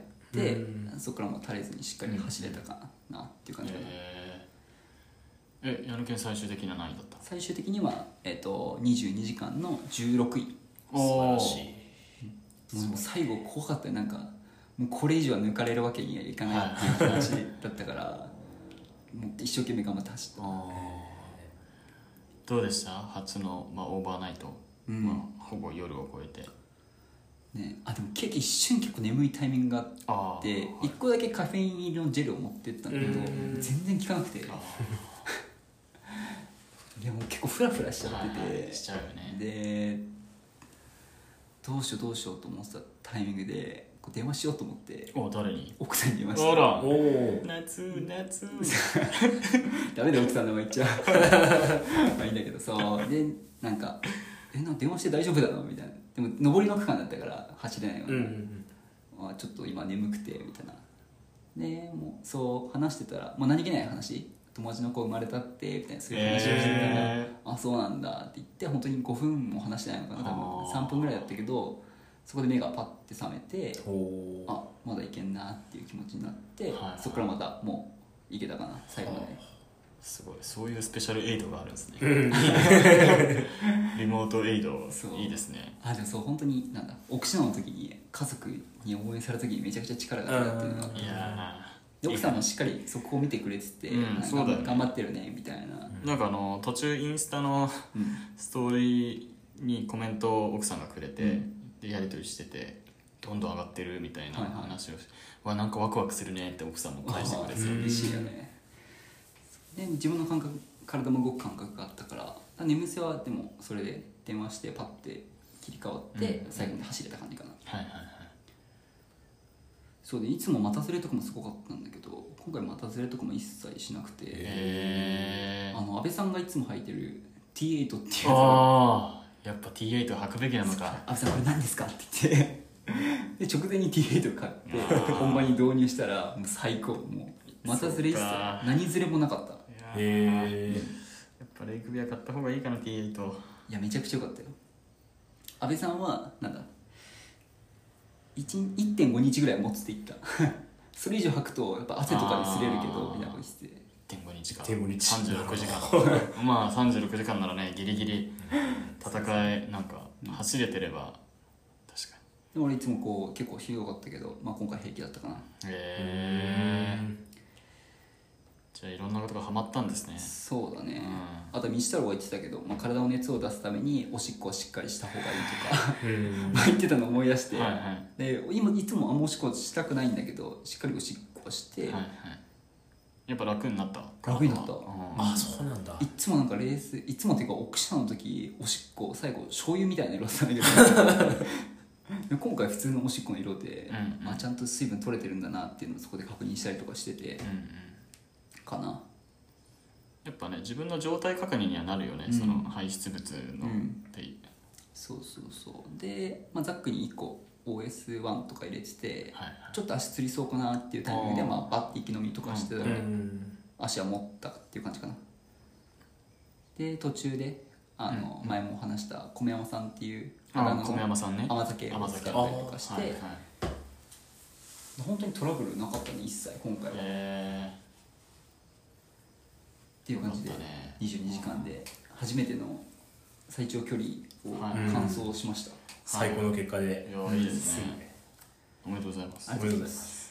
うん、そこからもう垂れずにしっかり走れたかなっていう感じかな。 えー、え矢野県最終的には何位だった？ 最終的には、えー、とにじゅうにじかんのじゅうろくい。 素晴らしい。もう最後怖かったよ。なんかもうこれ以上は抜かれるわけにはいかないっていう気持ちだったからもう一生懸命頑張って走った。 どうでした初の、まあ、オーバーナイト、うんまあ、ほぼ夜を超えて、 ね、あでも結構一瞬結構眠いタイミングがあって、いっこだけカフェイン入りのジェルを持ってったんだけど全然効かなくてでも結構フラフラしちゃってて、 はい、しちゃうよね。 でどうしようどうしようと思ってたタイミングでこう電話しようと思って、 お誰に？ 奥さんに電話して、 あらお夏夏ダメだよ奥さんの名前言っちゃうまあいいんだけど、そうでなんかえなんか電話して大丈夫なのみたいな、でも上りの区間だったから走れないわ、うんうんうん、あちょっと今眠くてみたいな。でもうそう話してたらもう何気ない話、友達の子生まれたってみたいなそういう話をしてたら、えー、あそうなんだって言って、本当にごふんも話してないのかな、多分さんぷんぐらいだったけど、そこで目がパッて覚めて、あまだいけんなっていう気持ちになって、はいはい、そこからまたもういけたかな最後まで。 すごい、そういうスペシャルエイドがあるんですねリモートエイドいいですね。 あでもそう本当になんだ奥島の時に家族に応援された時にめちゃくちゃ力が出たっていうのが、いや奥さんもしっかりそこを見てくれてて、うん、そうだね、頑張ってるねみたいな、 うん、なんかあの途中インスタの、うん、ストーリーにコメントを奥さんがくれて、うん、でやり取りしててどんどん上がってるみたいな話を、はいはい、わなんかワクワクするねって奥さんも返してくれて嬉しいよね。で自分の感覚体も動く感覚があったから、眠せはでもそれで電話してパッて切り替わって、うん、最後に走れた感じかな。 はいはいはい。 そうでいつも待たせるとかもすごかったんだけど、今回待たせるとかも一切しなくて、 へあの安倍さんがいつも履いてる ティーエイト っていうやつ、 ああやっぱ ティーエイト 履くべきなのか。 安倍さんこれ何ですかって言ってで直前に ティーエイト 買って本番に導入したらもう最高、もう待たずれ一切何ずれもなかった。 へえ、やっぱレイクビア買った方がいいかな ティーエイト。 いやめちゃくちゃ良かったよ。安倍さんはなんだ いってんごにちぐらい持つって言ったそれ以上履くとやっぱ汗とかで擦れるけどみたいなこと言って、いってんごにちかいってんごにちさんじゅうろくじかんまあさんじゅうろくじかんならねギリギリ戦えなんか走れてれば確かに。で俺いつもこう結構ひどかったけど、まあ、今回平気だったかな。へえーじゃあいろんなことがハマったんですね。 そうだね、うん、あと道太郎が言ってたけど、まあ、体の熱を出すためにおしっこはしっかりした方がいいとか言ってたのを思い出して、はいはい、で今いつもあんまおしっこしたくないんだけどしっかりおしっこして、はいはい、 やっぱ楽になった？ 楽になった、うん、 あそうなんだ。 いつもなんかレースいつもっていうか奥下の時おしっこ最後醤油みたいな色だったんだけど今回普通のおしっこの色で、うんうん、まあ、ちゃんと水分取れてるんだなっていうのをそこで確認したりとかしてて、うんうん、かな。 やっぱね自分の状態確認にはなるよね、うん、その排出物の、うん、っていう。 そうそうそうで、まあ、ザックにいっこ オーエスワン とか入れてて、はいはい、ちょっと足つりそうかなっていうタイミングで、まあ、バッて息飲みとかしてたら、うん、足は持ったっていう感じかな。で途中であの、うん、前も話した米山さんっていうあ米山さんね甘酒を使ったりとかして、はいはい、本当にトラブルなかったね一切今回は、えー、っていう感じでにじゅうにじかんで初めての最長距離を完走しました、 はい、最高の結果で。 いやいいですね、おめでとうございます。 ありがとうございます。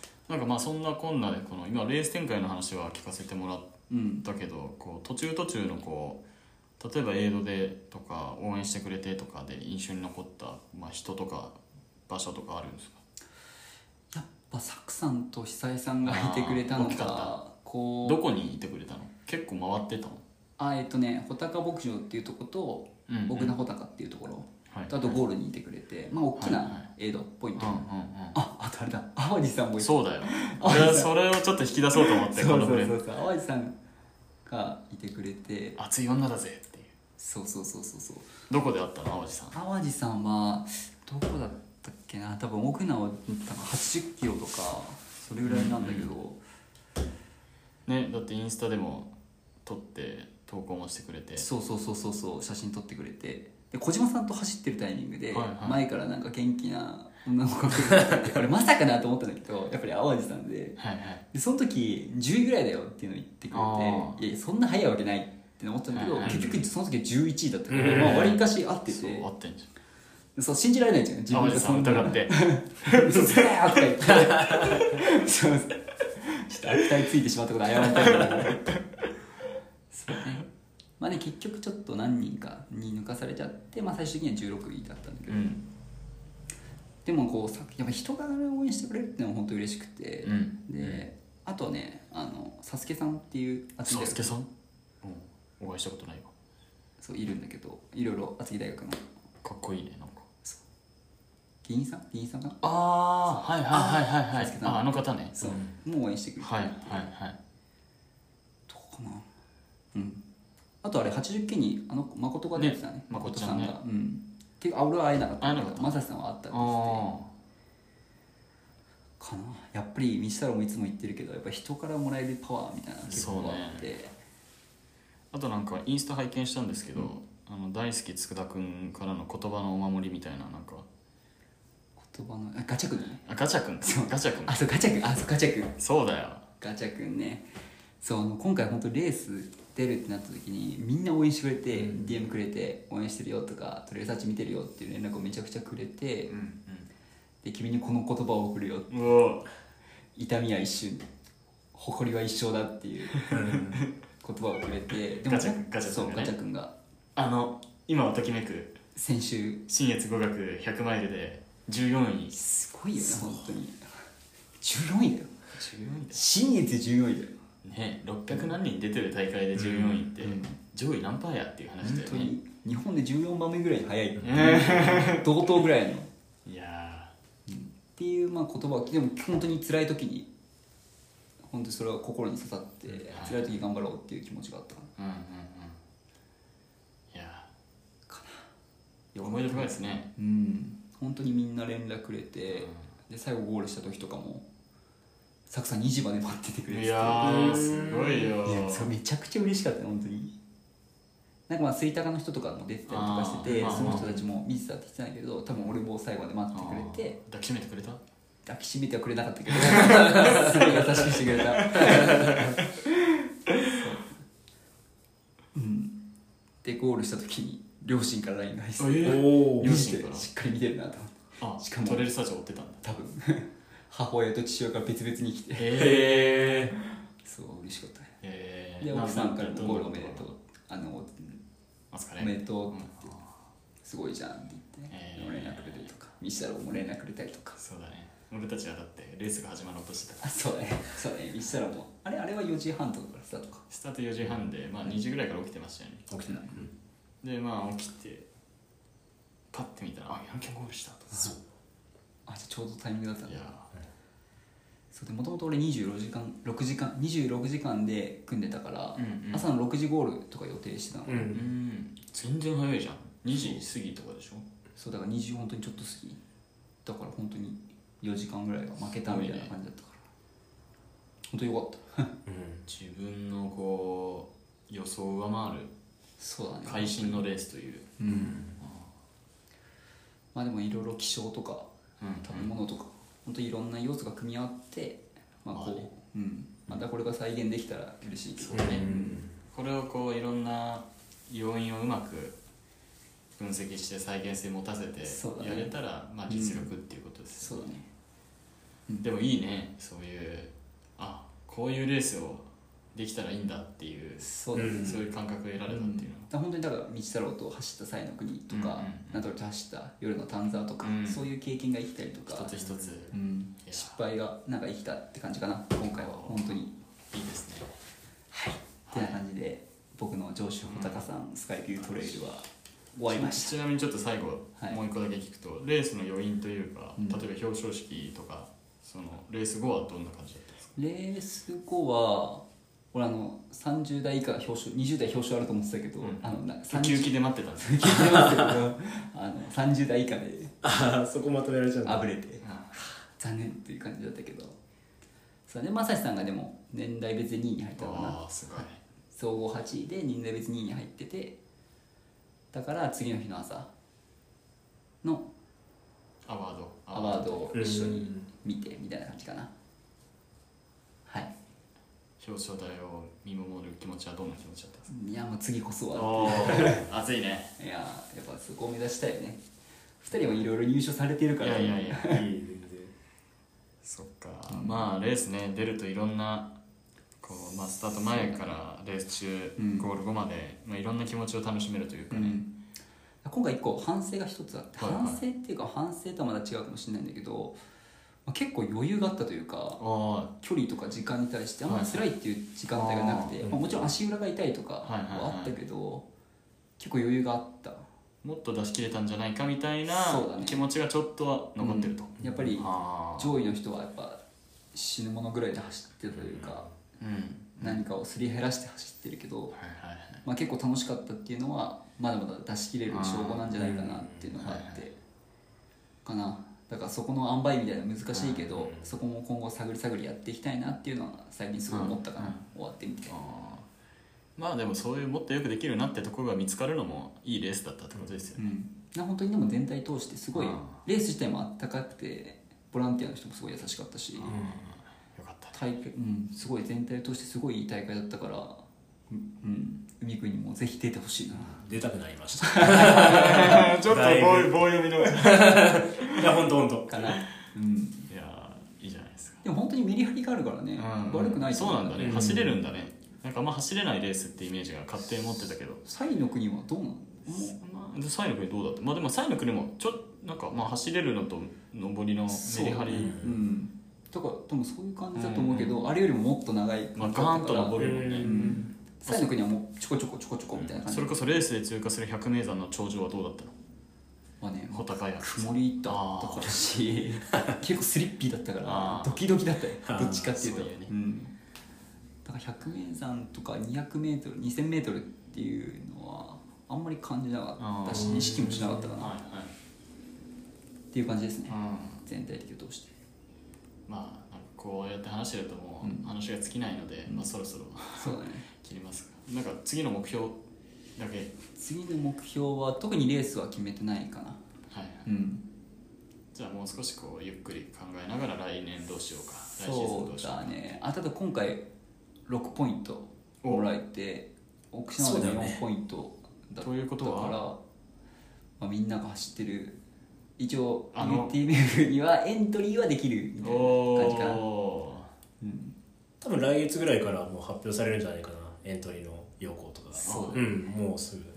なんかまあそんなこんなでこの今レース展開の話は聞かせてもらったけど、うん、こう途中途中のこう例えばエイドでとか応援してくれてとかで印象に残った、まあ、人とか場所とかあるんですか？ やっぱサクさんと久井さんがいてくれたのか。こうどこにいてくれたの？結構回ってたの？ あえっとね穂高牧場っていうところと奥名穂高っていうところ、はい、とあとゴールにいてくれて、まあ大きなエイドポイント、はいはい、ああとあれだ淡路さんもいて。 そうだよ俺はそれをちょっと引き出そうと思ってそうそうそうそう淡路さんがいてくれて熱い女だぜっていう。 そうそうそうそうそう。 どこで会ったの淡路さん？ 淡路さんはどこだったっけな、多分奥名は多分はちじゅっキロとかそれぐらいなんだけど、 うんうん、ねだってインスタでも撮って投稿もしてくれて、 そうそうそうそうそう写真撮ってくれて、で小島さんと走ってるタイミングで、はいはい、前からなんか元気な女の子が来るって俺まさかなと思ったんだけどやっぱり淡路さんで、はいはい、でその時じゅういぐらいだよっていうのを言ってくれて、いやそんな速いわけないって思ったんだけど、はいはい、結局その時はじゅういちいだったから、うん、まあ、割りかし合ってて、 そう合ってんじゃん。 そう信じられないじゃん自分がそんな疑って嘘つけなよとか言ってそうちょっと悪態ついてしまったこと謝りたいんだけどそうね、まあね結局ちょっと何人かに抜かされちゃって、まあ、最終的にはじゅうろくいだったんだけど、うん、でもこうやっぱ人が応援してくれるっていうのは本当に嬉しくて、うん、であとねあのサスケさんっていうサスケさん、うん、お会いしたことないわ。 そういるんだけどいろいろ厚木大学のかっこいいねなんか議員さん議員さんかなああはいはいはいはいはいああの方ねそう、うん、もう応援してくれてはいはいはいどうかなうんあとあれはちじゅっけんにあの誠が出てたね誠さんが、ね、うん結構俺は会えなかったけどまさしさんは会ったって言ってかな。やっぱり道太郎もいつも言ってるけどやっぱ人からもらえるパワーみたいな結構あって、ね、 あとなんかインスタ拝見したんですけど、うん、あの大好き佃くんからの言葉のお守りみたいななんか言葉のあガチャくんねあガチャくんそうガチャくんあそうガチャくんあそうガチャくんそうだよガチャくんねそう今回本当レース出るってなった時にみんな応援してくれて、うん、ディーエム くれて応援してるよとかトレーサーチ見てるよっていう連絡をめちゃくちゃくれて、うんうん、で君にこの言葉を送るよって痛みは一瞬誇りは一生だっていう言葉をくれてでもガチャガチャそうガチャ君があの今をときめく先週信越語学ひゃくマイルでじゅうよんいすごいよね本当にじゅうよんいだよじゅうよんいだよ信越じゅうよんいだよね、ろっぴゃくなんにん出てる大会でじゅうよんいって、うん、上位何パーやっていう話だよね。本当に日本でじゅうよんばんめぐらいに速い同等ぐらいのいや、 うん、っていうまあ言葉でも本当に辛い時に本当にそれは心に刺さって、はい、辛い時頑張ろうっていう気持ちがあったかな。うんうんうん。 いやかな思い出深いですね。 うん本当にみんな連絡くれて、うん、で最後ゴールした時とかもサクさんにじまで待っててくれてて、いやーすごいよ。 いやそれめちゃくちゃ嬉しかったね本当に。なんかまあ吹田の人とかも出てたりとかしてて、その人たちも見てたって言ってたんだけど、多分俺も最後まで待ってくれて、 抱きしめてくれた？ 抱きしめてはくれなかったけどすごい優しくしてくれたうん、でゴールした時に両親から ライン が入って、えー、両親からしっかり見てるなと思って、 あしかもトレールスタジオ追ってたんだ多分母親と父親が別々に来て、 えー、そう嬉しかったね、 えー、 で奥さんからもゴールおめでとうあのお疲れおめでとうって言ってすごいじゃんって言って、えー、連絡くれたりとか見せたらも連絡くれたりとかそうだね俺たちはだってレースが始まろうとしてたから。あ、そうだねそうだね。そしたらもうあれあれはよじはんとかからスタートか。 スタートよじはんで、まあ、にじぐらいから起きてましたよね。 起きてない、 うん、でまあ起きてパッて見たらあヤンケンゴールしたと。 そうあ、じゃあちょうどタイミングだったんだ。 いやそうで、もともと俺にじゅうろくじかんろくじかんにじゅうろくじかんで組んでたから、 うんうん、 朝のろくじゴールとか予定してたの、 うん、うん、 全然早いじゃん。にじ過ぎとかでしょ。 そうだからにじ本当にちょっと過ぎだから本当によじかんぐらいが負けたみたいな感じだったから、本当によかった自分のこう予想を上回るそうだね会心のレースという、 うん、まあでもいろいろ気象とか食べ物とか、本当にいろんな要素が組み合わってまあこう、まあね、うん、またこれが再現できたら嬉しいけどね、 うん、これをこういろんな要因をうまく分析して再現性持たせてやれたら、ね、まあ実力っていうことですよね、 うん、そうだね、 うん、でもいいね、そういうあこういうレースをできたらいいんだっていうそうだね、 うん、そういう感覚を得られたっていうのは、 うん、本当にだから道太郎と走った際の国とか、なんとかと走った夜の丹沢とか、うん、そういう経験が生きたりとか一つ一つ、 うん、失敗がなんか生きたって感じかな今回は。本当にいいですね。 はい、ってな感じで僕の上州穂高山スカイビュートレイルは終わりました。 ちなみにちょっと最後、はい、もう一個だけ聞くとレースの余韻というか、 うん、 例えば表彰式とかそのレース後はどんな感じだったんですか？ レース後は俺あのさんじゅう代以下表彰にじゅう代表彰あると思ってたけど、うん、あのウキウキで待ってたんですウキウキで待ってたけどあのさんじゅう代以下であそこまとめられちゃうんだ。 あぶれて残念っていう感じだったけど、そうね、正志さんがでも年代別でにいに入ったのかな。 あすごい。 総合はちいで年代別にいに入ってて、だから次の日の朝のアワードアワードを一緒に見てみたいな感じかな。はい。 表彰台を見守る気持ちはどんな気持ちだったんですか？ いやもう次こそは熱いね。 いややっぱそこを目指したいよね。ふたりはいろいろ入賞されてるから。 いやいやいやいい全然そっか、うん、まあレースね出るといろんなこう、まあ、スタート前からレース中、うん、ゴール後まで、まあ、いろんな気持ちを楽しめるというかね、うん、 今回一個反省が一つあって、はいはい、反省っていうか反省とはまだ違うかもしれないんだけど、まあ、結構余裕があったというか距離とか時間に対してあんまり辛いっていう時間帯がなくて、はいはい、まあ、もちろん足裏が痛いとかはあったけど、はいはいはい、結構余裕があった。 もっと出し切れたんじゃないかみたいな気持ちがちょっとは残ってると、 うん、やっぱり上位の人はやっぱ死ぬものぐらいで走ってるというか、うんうん、何かをすり減らして走ってるけど、はいはいはい、まあ、結構楽しかったっていうのはまだまだ出し切れる証拠なんじゃないかなっていうのがあって、はいはい、かな。だからそこの塩梅みたいなの難しいけど、うん、そこも今後探り探りやっていきたいなっていうのは最近すごい思ったかな、うん、終わってみて。 まあでもそういうもっとよくできるなってところが見つかるのもいいレースだったってことですよね、 うん、本当にでも全体通してすごいレース自体もあったかくてボランティアの人もすごい優しかったし、うん、よかった大会、うん、すごい全体通してすごいいい大会だったから、うん、海くんにもぜひ出てほしいな。 出たくなりましたちょっと棒読みのいや本当本当かな、うん、 いやいいじゃないですか。 でも本当にメリハリがあるからね、うん、悪くないと思うんだ。そうなんだね、走れるんだね。なんかあんま走れないレースってイメージが勝手に持ってたけど、 サイの国はどうなの？ サイの国どうだった？まあでもサイの国もちょっとなんかまあ走れるのと上りのメリハリ、う、ね、うん、 だから多分そういう感じだと思うけど、うん、あれよりももっと長い感じだったから、まあ、ガーンと上るもんね、うん、 サイの国はもうちょこちょこちょこちょこみたいな感じ、 それこそレースで通過する百名山の頂上はどうだったの？ まあね、 穂高山曇りだったからし結構スリッピーだったからドキドキだったよどっちかっていうと。そういうね、うん、だから百名山とかにひゃくメートルにせんメートルっていうのはあんまり感じなかったし意識もしなかったかな、はいはい、っていう感じですね、全体的に通して。 まあなんかこうやって話してるともう話が尽きないので、うん、まあ、そろそろそうだね切りますか。なんか次の目標だけ。 次の目標は特にレースは決めてないかな。 はい、はい、 うん、 じゃあもう少しこうゆっくり考えながら来年どうしようか、来シーズンどうしようか。そうだね。あ、ただ今回ろくポイントもらえて奥島でもよんポイントだったから、ということは、まあ、みんなが走ってる一応 ユーティービーエフ にはエントリーはできるみたいな感じかな、うん、 多分来月ぐらいからもう発表されるんじゃないかな、エントリーの要項とか。 そうだね、 うん、もうすぐ、うん、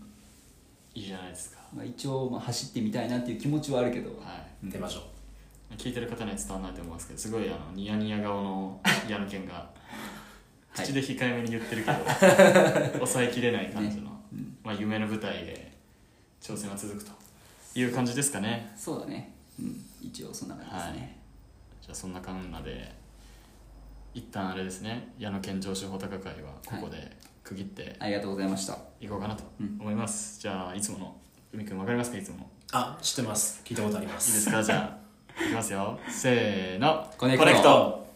いいじゃないですか。 まあ、一応まあ走ってみたいなっていう気持ちはあるけど、 はい、 出ましょう。 聞いてる方には伝わらないと思いますけど、すごいあのニヤニヤ顔の矢野健が口で控えめに言ってるけど、抑えきれない感じの、ねうん、まあ、夢の舞台で挑戦は続くという感じですかね。 そうだね、うん、一応そんな感じですね、はい、 じゃあそんな感じで一旦あれですね、矢野健常習穂高会はここで区切って、はい、 ありがとうございました。 いこうかなと思います、うん、じゃあいつもの海くん分かりますか？いつもの。 あ、知ってます、聞いたことあります。 いいですか？じゃあいきますよ、せーの、 コネクト。